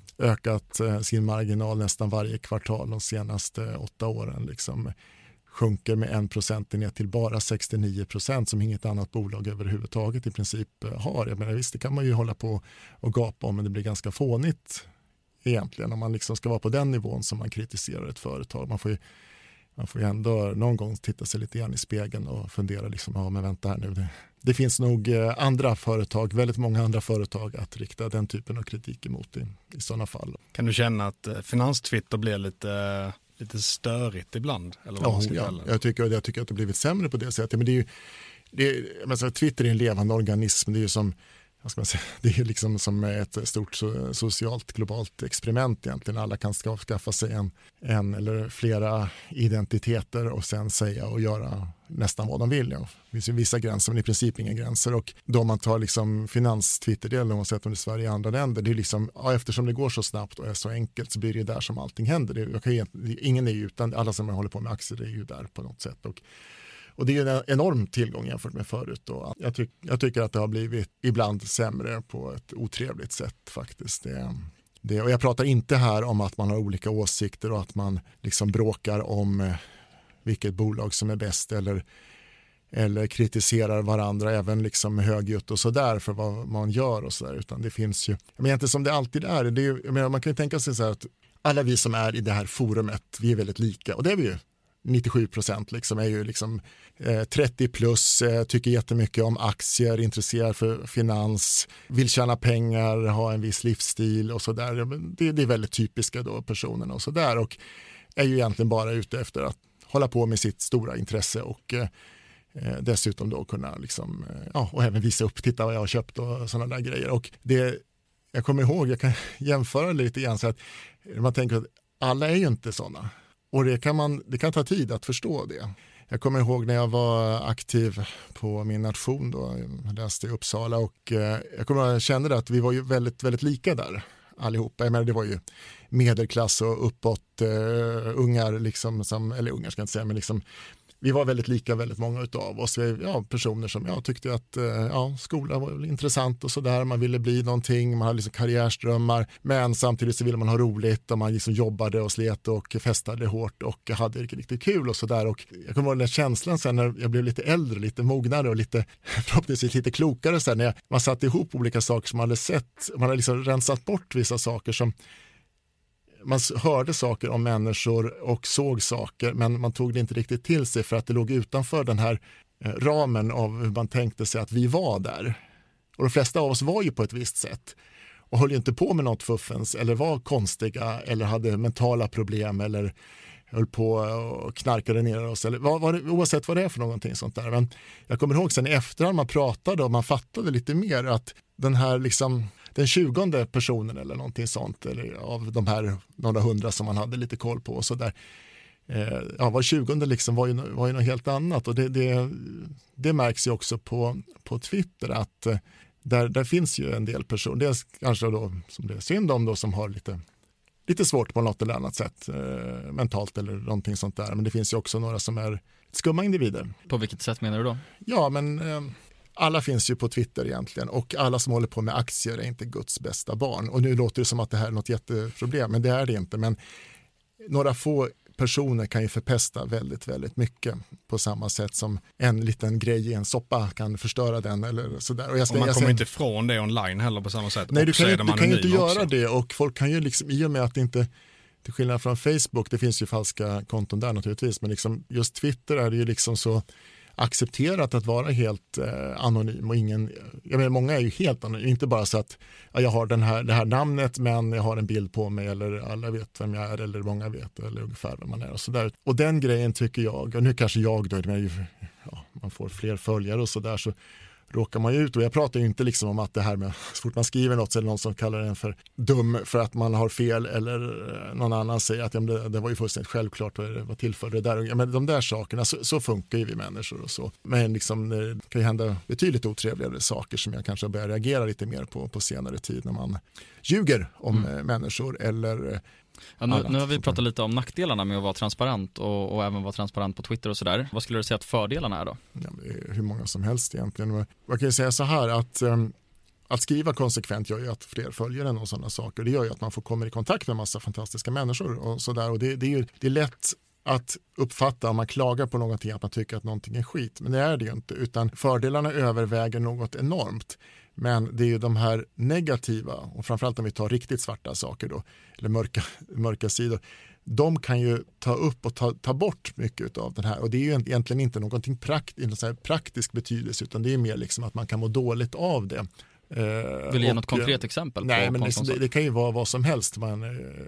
ökat sin marginal nästan varje kvartal de senaste åtta åren liksom sjunker med en procent ner till bara sextionio procent som inget annat bolag överhuvudtaget i princip har. Jag menar, visst, det kan man ju hålla på och gapa om, men det blir ganska fånigt egentligen om man liksom ska vara på den nivån som man kritiserar ett företag. Man får ju, man får ju ändå någon gång titta sig lite grann i spegeln och fundera liksom, ja men vänta här nu. Det, det finns nog andra företag, väldigt många andra företag att rikta den typen av kritik emot i, i sådana fall. Kan du känna att finanstwitter blir lite... lite störigt ibland? Eller vad ja, man ska ja. Jag, tycker, jag tycker att det har blivit sämre på det sättet. Men det är ju, det är, alltså, Twitter är en levande organism. Det är ju som, vad ska man säga, det är ju liksom som ett stort so, socialt globalt experiment egentligen. Alla kan skaffa sig en, en eller flera identiteter och sen säga och göra nästan vad de vill. Ja. Det finns ju vissa gränser men i princip inga gränser. Och då man tar liksom finans-Twitter-delen och sett om det är Sverige i andra länder, det är liksom, ja, eftersom det går så snabbt och är så enkelt så blir det där som allting händer. Det, jag kan, ingen är ju utan, alla som håller på med aktier är ju där på något sätt. Och, och det är en enorm tillgång jämfört med förut. Och jag, tyck, jag tycker att det har blivit ibland sämre på ett otrevligt sätt faktiskt. Det, det, och jag pratar inte här om att man har olika åsikter och att man liksom bråkar om vilket bolag som är bäst eller, eller kritiserar varandra även liksom högljutt och sådär för vad man gör och sådär, utan det finns ju, jag menar inte som det alltid är, det är ju, jag menar, man kan ju tänka sig så här att alla vi som är i det här forumet, vi är väldigt lika och det är vi ju, nittiosju procent liksom är ju liksom eh, trettio plus, eh, tycker jättemycket om aktier, intresserad för finans, vill tjäna pengar, ha en viss livsstil och sådär, det, det är väldigt typiska då personerna och sådär och är ju egentligen bara ute efter att hålla på med sitt stora intresse och eh, dessutom då kunna liksom, eh, ja, och även visa upp, titta vad jag har köpt och sådana där grejer. Och det, jag kommer ihåg, jag kan jämföra lite grann så att man tänker att alla är ju inte sådana. Och det kan, man, det kan ta tid att förstå det. Jag kommer ihåg när jag var aktiv på min nation då, jag läste i Uppsala och eh, jag kommer ihåg, jag kände att vi var ju väldigt, väldigt lika där. Allihopa. Jag menar, det var ju medelklass och uppåt uh, ungar, liksom, som, eller ungar ska jag inte säga, men liksom, vi var väldigt lika väldigt många utav oss. Vi, ja, personer som jag tyckte att uh, ja, skolan var intressant och sådär. Man ville bli någonting, man hade liksom karriärströmmar, men samtidigt så ville man ha roligt och man liksom jobbade och slet och festade hårt och hade riktigt, riktigt kul och sådär. Och jag kommer ihåg den känslan sen när jag blev lite äldre, lite mognare och lite förhoppningsvis lite klokare sen när jag, man satte ihop olika saker som man hade sett, man hade liksom rensat bort vissa saker som man hörde saker om människor och såg saker, men man tog det inte riktigt till sig för att det låg utanför den här ramen av hur man tänkte sig att vi var där. Och de flesta av oss var ju på ett visst sätt och höll ju inte på med något fuffens eller var konstiga eller hade mentala problem eller höll på och knarkade ner oss eller vad, vad, oavsett vad det är för någonting sånt där. Men jag kommer ihåg sen i efterhand man pratade och man fattade lite mer att den här liksom den tjugonde personen eller någonting sånt eller av de här några hundra som man hade lite koll på och så där. Eh, ja, var tjugonde liksom var ju, var ju något helt annat och det, det, det märks ju också på, på Twitter att eh, där, där finns ju en del personer, det är kanske då som det är synd om då som har lite, lite svårt på något eller annat sätt eh, mentalt eller någonting sånt där, men det finns ju också några som är skumma individer. På vilket sätt menar du då? Ja, men eh, alla finns ju på Twitter egentligen och alla som håller på med aktier är inte Guds bästa barn. Och nu låter det som att det här är något jätteproblem, men det är det inte. Men några få personer kan ju förpesta väldigt, väldigt mycket på samma sätt som en liten grej i en soppa kan förstöra den eller sådär. Och, jag ska, och man jag kommer sen, inte ifrån det online heller på samma sätt. Nej, du kan, ju, du kan ju inte också. göra det och folk kan ju liksom, i och med att det inte till skillnad från Facebook, det finns ju falska konton där naturligtvis, men liksom just Twitter är det ju liksom så accepterat att vara helt eh, anonym och ingen, jag menar många är ju helt anonyma, inte bara så att ja, jag har den här, det här namnet men jag har en bild på mig eller alla vet vem jag är eller många vet eller ungefär vem man är och sådär. Och den grejen tycker jag, och nu kanske jag då, men ja, man får fler följare och sådär så råkar man ju ut, och jag pratar ju inte liksom om att det här med så fort man skriver något så är det någon som kallar den för dum för att man har fel eller någon annan säger att ja, det, det var ju fullständigt självklart vad det var till för det där. Ja, men de där sakerna, så, så funkar ju vi människor och så. Men liksom, det kan ju hända betydligt otrevligare saker som jag kanske börjar reagera lite mer på på senare tid när man ljuger om mm. människor eller Ja, nu, nu har vi pratat lite om nackdelarna med att vara transparent och, och även vara transparent på Twitter och sådär. Vad skulle du säga att fördelarna är då? Ja, hur många som helst egentligen. Man kan ju säga så här att um, att skriva konsekvent gör ju att fler följer en och sådana saker. Det gör ju att man får komma i kontakt med en massa fantastiska människor och sådär. Och det, det, är ju, det är lätt att uppfatta om man klagar på någonting att man tycker att någonting är skit. Men det är det ju inte, utan fördelarna överväger något enormt. Men det är ju de här negativa, och framförallt om vi tar riktigt svarta saker då, eller mörka, mörka sidor, de kan ju ta upp och ta, ta bort mycket av den här. Och det är ju egentligen inte någonting prakt, inte så här praktisk betydelse, utan det är mer liksom att man kan må dåligt av det. Eh, Vill du ge något konkret exempel? Nej, på, men på liksom, det, det kan ju vara vad som helst. Man,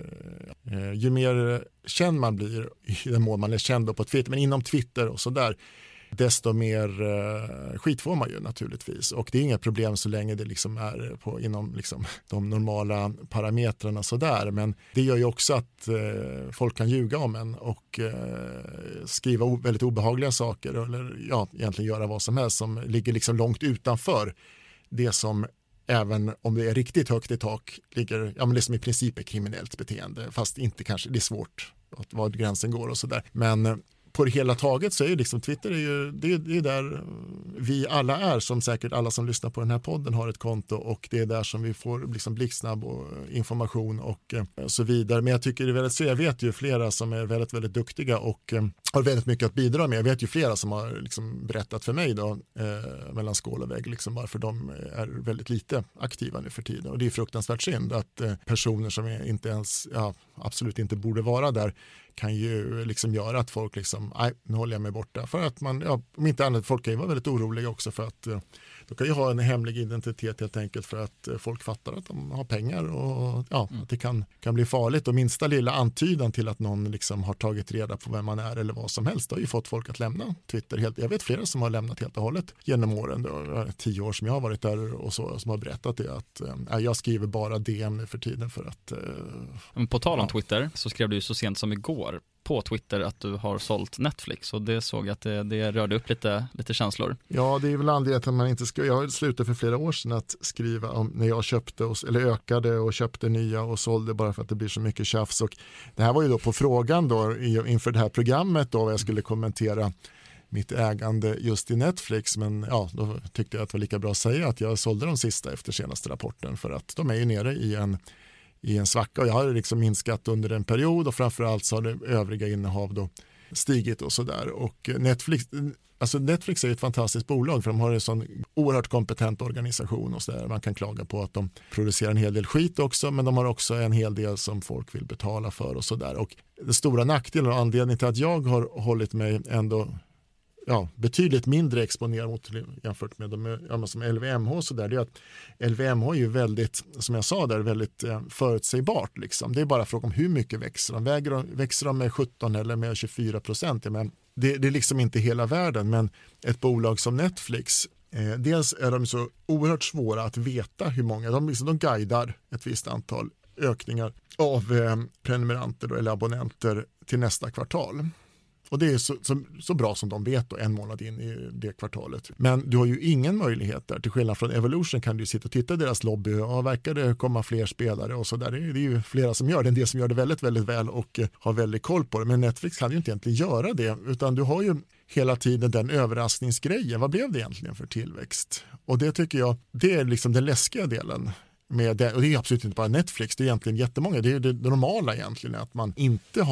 eh, ju mer känd man blir, i den mån man är känd på Twitter, men inom Twitter och sådär, desto mer eh, skit får man ju naturligtvis. Och det är inga problem så länge det liksom är på, inom liksom, de normala parametrarna sådär. Men det gör ju också att eh, folk kan ljuga om en och eh, skriva o- väldigt obehagliga saker eller ja, egentligen göra vad som helst som ligger liksom långt utanför det som, även om det är riktigt högt i tak, ligger, ja men det som i princip är kriminellt beteende, fast inte kanske, det är svårt att var gränsen går och sådär. Men på det hela taget så är ju liksom Twitter är ju, det är, det är där vi alla är, som säkert alla som lyssnar på den här podden har ett konto, och det är där som vi får liksom blixtsnabb och information och eh, så vidare. Men jag tycker det är väldigt så, jag vet ju flera som är väldigt, väldigt duktiga och eh, har väldigt mycket att bidra med. Jag vet ju flera som har liksom berättat för mig då, eh, mellan skål och vägg liksom, varför de är väldigt lite aktiva nu för tiden. Och det är fruktansvärt synd att eh, personer som är inte ens, ja, absolut inte borde vara där kan ju liksom göra att folk liksom, nej, nu håller jag mig borta. För att man, ja, om inte annat, folk kan ju vara väldigt oroliga också för att de kan ju ha en hemlig identitet helt enkelt för att folk fattar att de har pengar och ja, mm. att det kan, kan bli farligt. Och minsta lilla antydan till att någon liksom har tagit reda på vem man är eller vad som helst har ju fått folk att lämna Twitter helt. Jag vet flera som har lämnat helt och hållet genom åren, då, tio år som jag har varit där och så, som har berättat det att äh, jag skriver bara D M nu för tiden för att... Äh, på tal om ja. Twitter så skrev du ju så sent som igår på Twitter att du har sålt Netflix, och det såg att det, det rörde upp lite, lite känslor. Ja, det är väl anledningen att man inte ska, jag slutade för flera år sedan att skriva om när jag köpte och, eller ökade och köpte nya och sålde bara för att det blir så mycket tjafs, och det här var ju då på frågan då inför det här programmet då, vad jag skulle kommentera mitt ägande just i Netflix, men ja, då tyckte jag att det var lika bra att säga att jag sålde de sista efter senaste rapporten, för att de är ju nere i en i en svacka, och jag har liksom minskat under en period, och framförallt så har det övriga innehav då stigit och sådär. Och Netflix, alltså Netflix är ett fantastiskt bolag, för de har en sån oerhört kompetent organisation och sådär. Man kan klaga på att de producerar en hel del skit också, men de har också en hel del som folk vill betala för och sådär. Och den stora nackdelen och anledningen till att jag har hållit mig ändå ja, betydligt mindre exponerad mot, jämfört med de, ja, som L V M H så där, det är att L V M H är ju väldigt, som jag sa där, väldigt eh, förutsägbart liksom. Det är bara fråga om hur mycket växer de. Väger de, växer de med sjutton eller med tjugofyra procent, men det, det är liksom inte hela världen. Men ett bolag som Netflix, eh, dels är de så oerhört svåra att veta hur många, de, liksom, de guidar ett visst antal ökningar av eh, prenumeranter då, eller abonnenter till nästa kvartal. Och det är så, så, så bra som de vet då, en månad in i det kvartalet. Men du har ju ingen möjlighet där. Till skillnad från Evolution kan du sitta och titta i deras lobby och verkar det komma fler spelare och så där. Det är, det är ju flera som gör det. En del som gör det väldigt, väldigt väl och har väldigt koll på det. Men Netflix kan ju inte egentligen göra det, utan du har ju hela tiden den överraskningsgrejen. Vad blev det egentligen för tillväxt? Och det tycker jag, det är liksom den läskiga delen. Med det, och det är absolut inte bara Netflix, det är egentligen jättemånga. Det är det, det normala egentligen, att man inte har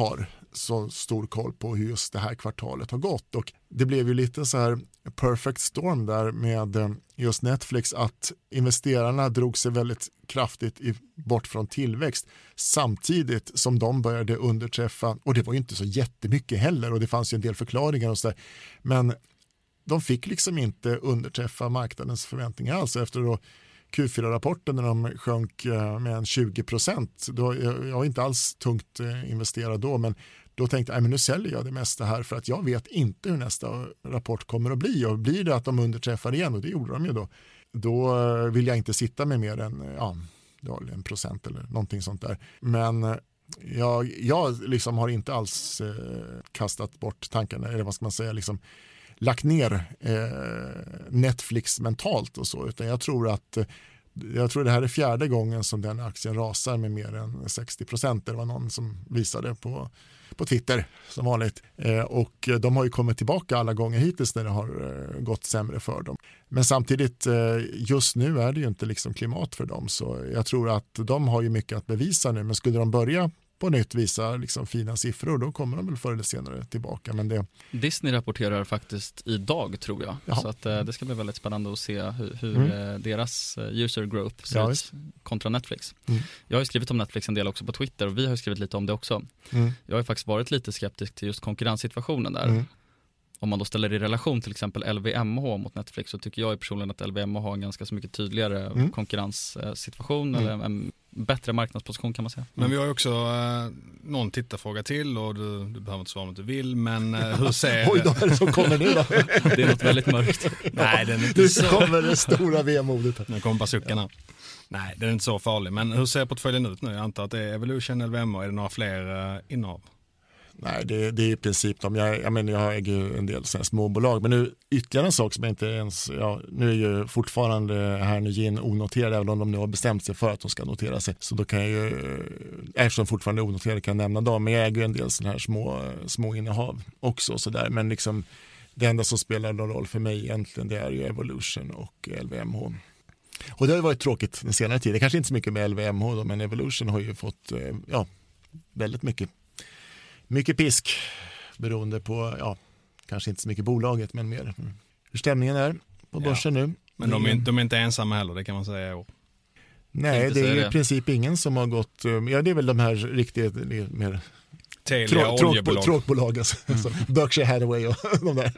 så stor koll på hur just det här kvartalet har gått. Och det blev ju lite så här perfect storm där med just Netflix, att investerarna drog sig väldigt kraftigt i, bort från tillväxt samtidigt som de började underträffa, och det var ju inte så jättemycket heller och det fanns ju en del förklaringar och så där, men de fick liksom inte underträffa marknadens förväntningar alls. Efter då Q fyra-rapporten när de sjönk med en tjugo procent, då, jag, jag var inte alls tungt investerad då, men då tänkte jag, men nu säljer jag det mesta här för att jag vet inte hur nästa rapport kommer att bli, och blir det att de underträffar igen, och det gjorde de ju då, då vill jag inte sitta med mer än ja, en procent eller någonting sånt där. Men jag, jag liksom har inte alls eh, kastat bort tankarna, eller vad ska man säga, liksom lagt ner eh, Netflix mentalt och så, utan jag tror att jag tror det här är fjärde gången som den aktien rasar med mer än sextio procent. Det var någon som visade på, på Twitter som vanligt. Eh, och de har ju kommit tillbaka alla gånger hittills när det har eh, gått sämre för dem. Men samtidigt, eh, just nu är det ju inte liksom klimat för dem. Så jag tror att de har ju mycket att bevisa nu. Men skulle de börja på nytt visa liksom fina siffror, då kommer de väl förr eller senare tillbaka. Men det... Disney rapporterar faktiskt idag, tror jag. Jaha. Så att, eh, det ska bli väldigt spännande att se hur, hur mm. eh, deras user growth ser ja, ut kontra Netflix. Mm. Jag har ju skrivit om Netflix en del också på Twitter, och vi har ju skrivit lite om det också. Mm. Jag har ju faktiskt varit lite skeptisk till just konkurrenssituationen där. Mm. Om man då ställer i relation till exempel L V M H mot Netflix, så tycker jag personligen att L V M H har en ganska så mycket tydligare mm. konkurrenssituation mm. eller en bättre marknadsposition kan man säga. Men vi har ju också eh, någon tittarfråga till, och du, du behöver inte svara om du vill, men eh, hur ser... Oj, då är det som kommer nu då. Det är något väldigt mörkt. Nej, den är inte nu så... kommer det stora V M-modet. Nu kommer basuckarna. Ja. Nej, det är inte så farlig. Men hur ser portföljen ut nu? Jag antar att det är Evolution, L V M H, är det några fler eh, innehav? Nej, det, det är i princip de. Jag, jag menar, jag äger ju en del sådana småbolag, men nu ytterligare en sak som jag inte ens, ja, nu är ju fortfarande här nu Gin onoterade, även om de nu har bestämt sig för att de ska notera sig. Så då kan jag ju, eftersom fortfarande onoterade kan jag nämna dem, men jag äger ju en del sådana här små, små innehav också så där. Men liksom det enda som spelar någon roll för mig egentligen, det är ju Evolution och L V M H. Och det har ju varit tråkigt den senare tiden. Kanske inte så mycket med L V M H då, men Evolution har ju fått, ja, väldigt mycket Mycket pisk beroende på, ja, kanske inte så mycket bolaget, men mer hur stämningen är på börsen ja. nu. Men de är, de är inte ensamma heller, det kan man säga. Och... Nej, det är ju i princip ingen som har gått, ja det är väl de här riktigt mer Telia, oljebolag. Tråkbolag, alltså. Mm. Berkshire Hathaway och de där.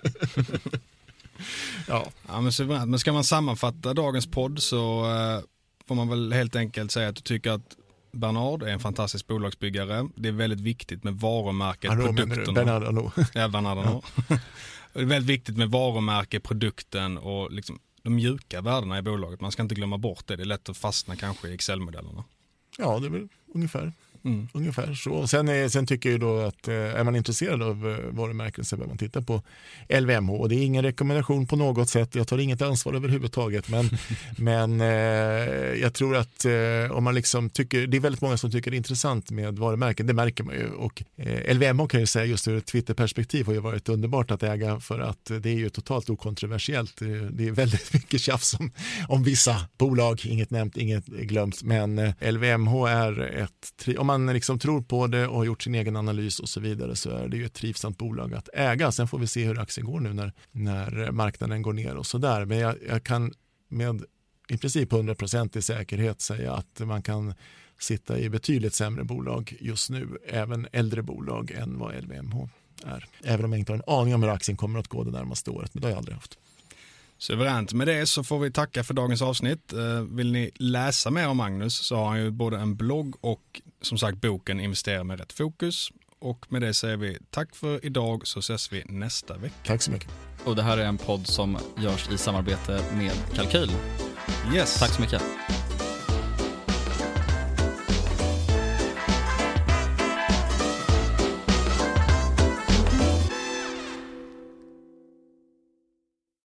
ja. Ja, men, så, men ska man sammanfatta dagens podd så uh, får man väl helt enkelt säga att du tycker att Bernard är en fantastisk bolagsbyggare. Det är väldigt viktigt med varumärket, Arno, produkterna. Bernard Arno. Ja, Bernard Arno. Ja. Det är väldigt viktigt med varumärke, produkten och liksom de mjuka värdena i bolaget. Man ska inte glömma bort det. Det är lätt att fastna kanske i Excel-modellerna. Ja, det är väl ungefär. Mm. Ungefär så. Sen, är, sen tycker jag då att är man intresserad av varumärken så behöver man titta på L V M H, och det är ingen rekommendation på något sätt. Jag tar inget ansvar överhuvudtaget, men, men eh, jag tror att eh, om man liksom tycker, det är väldigt många som tycker det är intressant med varumärken, det märker man ju, och eh, L V M H kan ju säga just ur ett Twitter-perspektiv har ju varit underbart att äga, för att det är ju totalt okontroversiellt. Det är väldigt mycket tjafs om, om vissa bolag, inget nämnt, inget glömt, men eh, L V M H är ett, om man liksom tror på det och har gjort sin egen analys och så vidare, så är det ju ett trivsamt bolag att äga. Sen får vi se hur aktien går nu när, när marknaden går ner och så där. Men jag, jag kan med i princip hundra procent i säkerhet säga att man kan sitta i betydligt sämre bolag just nu, även äldre bolag än vad L V M H är. Även om jag inte har en aning om hur aktien kommer att gå det närmaste året, men det har jag aldrig haft. Suveränt. Med det så får vi tacka för dagens avsnitt. Vill ni läsa mer om Magnus så har han ju både en blogg och som sagt boken Investera med rätt fokus. Och med det säger vi tack för idag, så ses vi nästa vecka. Tack så mycket. Och det här är en podd som görs i samarbete med Kalkyl. Yes. Tack så mycket.